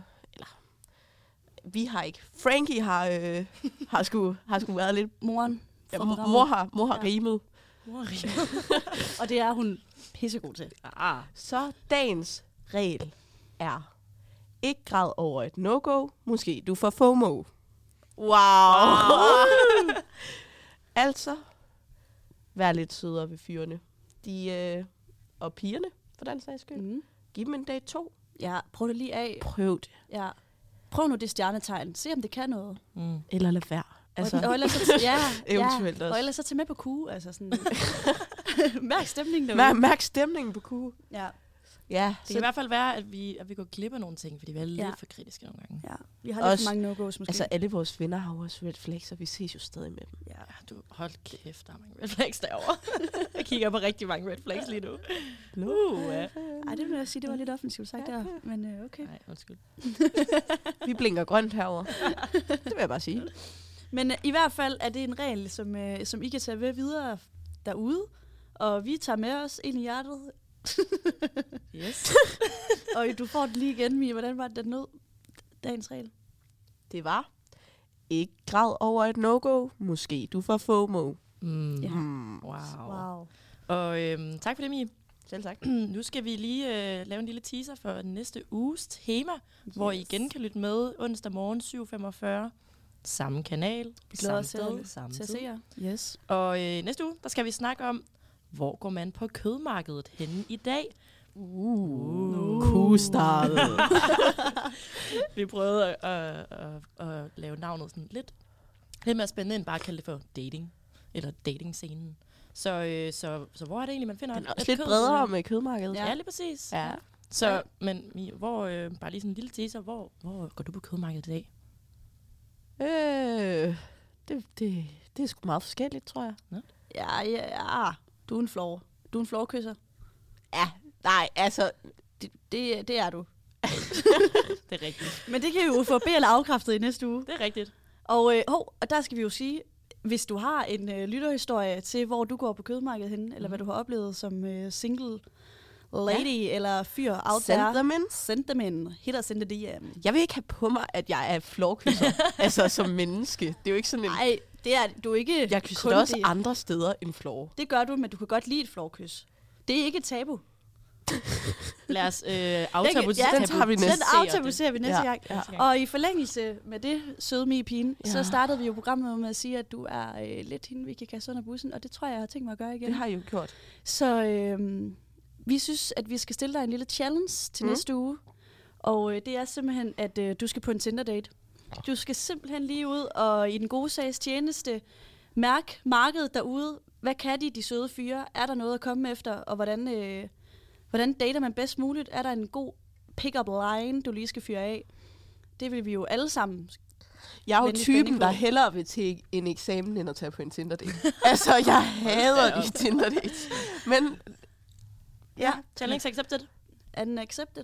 ikke. Frankie har sgu været lidt... Moren. Ja, mor har rimet. Og det er hun pissegod til. Så dagens regel er ikke græd over et no-go. Måske du får FOMO. Wow. Altså, vær lidt sødere ved fyrene. Og pigerne, for den sags skyld. Mm. Giv dem en dag 2. Ja, prøv det lige af. Prøv det. Ja. Prøv nu det stjernetegn. Se om det kan noget. Mm. Eller lad være. Altså. Og ellers så, eventuelt også. Og ellers så til med på kuge. Altså sådan. Mærk stemningen derude. Mærk stemningen på kuge. Ja. Ja, det kan i hvert fald være, at vi går glip af nogle ting, fordi vi er lidt for kritiske nogle gange. Ja, vi har lidt for mange no-go's måske. Altså alle vores venner har også red flags, og vi ses jo stadig med dem. Ja, du hold kæft, der er mange red flags derovre. Jeg kigger på rigtig mange red flags lige nu. Ej, det vil jeg sige, det var lidt offensivt sagt der, men okay. Nej, undskyld. Vi blinker grønt herover. Det vil jeg bare sige. Men i hvert fald er det en regel, som I kan tage med videre derude, og vi tager med os ind i hjertet. Yes. Og du får det lige igen, Mie. Hvordan var det, den nød? Dagens regel. Det var ikke græd over et no-go. Måske du får FOMO. Ja. Wow. Og tak for det, Mie. Selv tak. Nu skal vi lige lave en lille teaser for næste uges tema, hvor I igen kan lytte med onsdag morgen 7.45. Samme kanal, samme sted, samme tid. Yes. Og næste uge, der skal vi snakke om, hvor går man på kødmarkedet henne i dag? Kustartet. Vi prøvede at lave navnet sådan lidt mere spændende, end bare at kalde det for dating, eller datingscenen. Så hvor er det egentlig, man finder et lidt bredere med kødmarkedet? Ja, lige præcis. Ja. Så, men hvor, bare lige sådan en lille teaser, hvor går du på kødmarkedet i dag? Det er sgu meget forskelligt, tror jeg. Ja. Du er en floor. Du er en floorkysser. Ja, nej, altså... Det er du. Det er rigtigt. Men det kan vi jo få be- eller afkræftet i næste uge. Det er rigtigt. Og der skal vi jo sige, hvis du har en lytterhistorie til, hvor du går på kødmarkedet henne, eller hvad du har oplevet som single lady eller fyr out Send there. them in. Send them in. Hit os in the DM. Jeg vil ikke have på mig, at jeg er floorkysser. Altså som menneske. Det er jo ikke sådan en... Nej, det er du ikke. Jeg kysser kun også det. andre steder end floor. Det gør du, men du kan godt lide et floorkys. Det er ikke et tabu. Lad os aftabuisere den tager vi næste. Den aftabuiserer vi næste gang. Ja. Og i forlængelse med det, søde Mie Pine, så startede vi jo programmet med at sige, at du er lidt hende, vi kan kaste under bussen, og det tror jeg har tænkt mig at gøre igen. Det har I jo gjort. Så vi synes, at vi skal stille dig en lille challenge til næste uge. Og det er simpelthen, at du skal på en Tinder-date. Du skal simpelthen lige ud og i den gode sags tjeneste mærke markedet derude. Hvad kan de søde fyre? Er der noget at komme efter? Og hvordan dater man bedst muligt? Er der en god pick-up line, du lige skal fyre af? Det vil vi jo alle sammen. Jeg er jo Venlig typen, spænding på. der hellere vil til en eksamen, end at tage på en Tinder-date. Altså, jeg hader de Tinder-dates. Men Ja, challenge accepted. Er den accepted?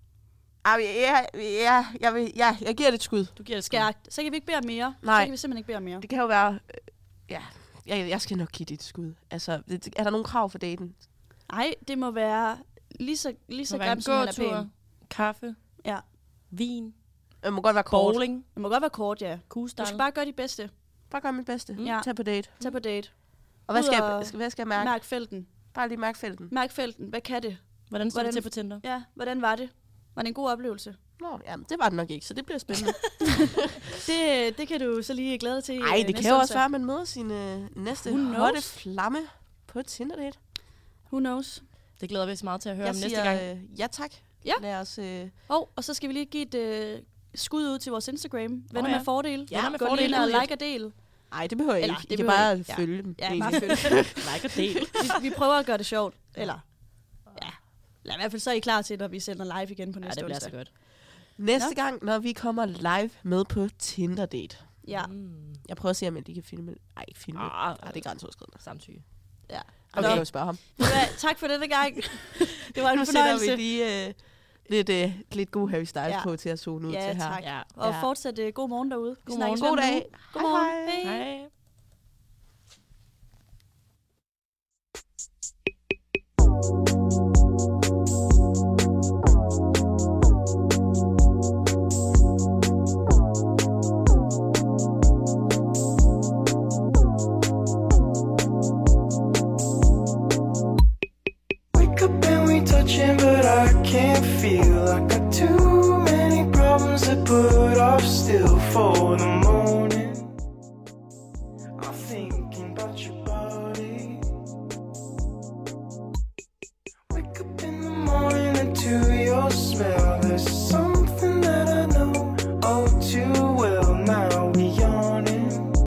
Jeg giver det et skud. Du giver det Skærkt. Så kan vi ikke bede om mere. Nej. Så kan vi simpelthen ikke bede om mere. Det kan jo være... jeg skal nok give det et skud. Altså, er der nogle krav for daten? Nej, det må være lige så grimt, som han er pæn. Kaffe, Ja. vin, Det må godt være kort. bowling, Det må godt være kort, ja. Du kugestal. skal bare gøre dit bedste. Bare gør mit bedste. Ja. Tag på date. Tag på date. Og hvad Ud skal jeg mærke? Mærk felten. Bare lige mærke felten. Mærk felten. Hvad kan det? Hvordan står det til på Tinder? Ja, hvordan var det? Var det en god oplevelse? Nå, jamen, det var det nok ikke, så det bliver spændende. Det kan du så lige glæde dig til. Nej, det næste kan jo også onsdag. være, at man møder sin næste Who knows? hotte flamme på et Tinder-date. Who knows? Det glæder vi os meget til at høre Jeg om næste siger, gang. ja tak. Ja. Lad os... Og så skal vi lige give et skud ud til vores Instagram. Venner ja. med fordel. Ja, med Gå fordel. lige ind og Ud lidt. like og del. Ej, det behøver jeg Eller, ikke. det I kan behøver bare I ikke. følge dem. Ja, egentlig. bare følg. Like og del. Vi prøver at gøre det sjovt. Eller, ja. Eller i hvert fald så er I klar til, når vi sender live igen på Ja, næste det bliver onsdag. så godt. Næste gang, når vi kommer live med på Tinder-date. Ja. Jeg prøver at se, om jeg lige kan filme. Ej, ikke filme. Det er grænseoverskridende. Samtykke. Ja. Okay, jeg vil spørge ham. Tak for denne gang. Det var en Nu sætter fornøjelse. vi lige lidt god Harry Styles på til at zone ud Ja, til her. tak. Ja. Og fortsat god morgen derude. Vi God snakkes morgen. om God en dag. uge. God morgen. Hej. Hej. Hej. Wake up and we touching, but I can't feel. I got too many problems to put off still for the moment.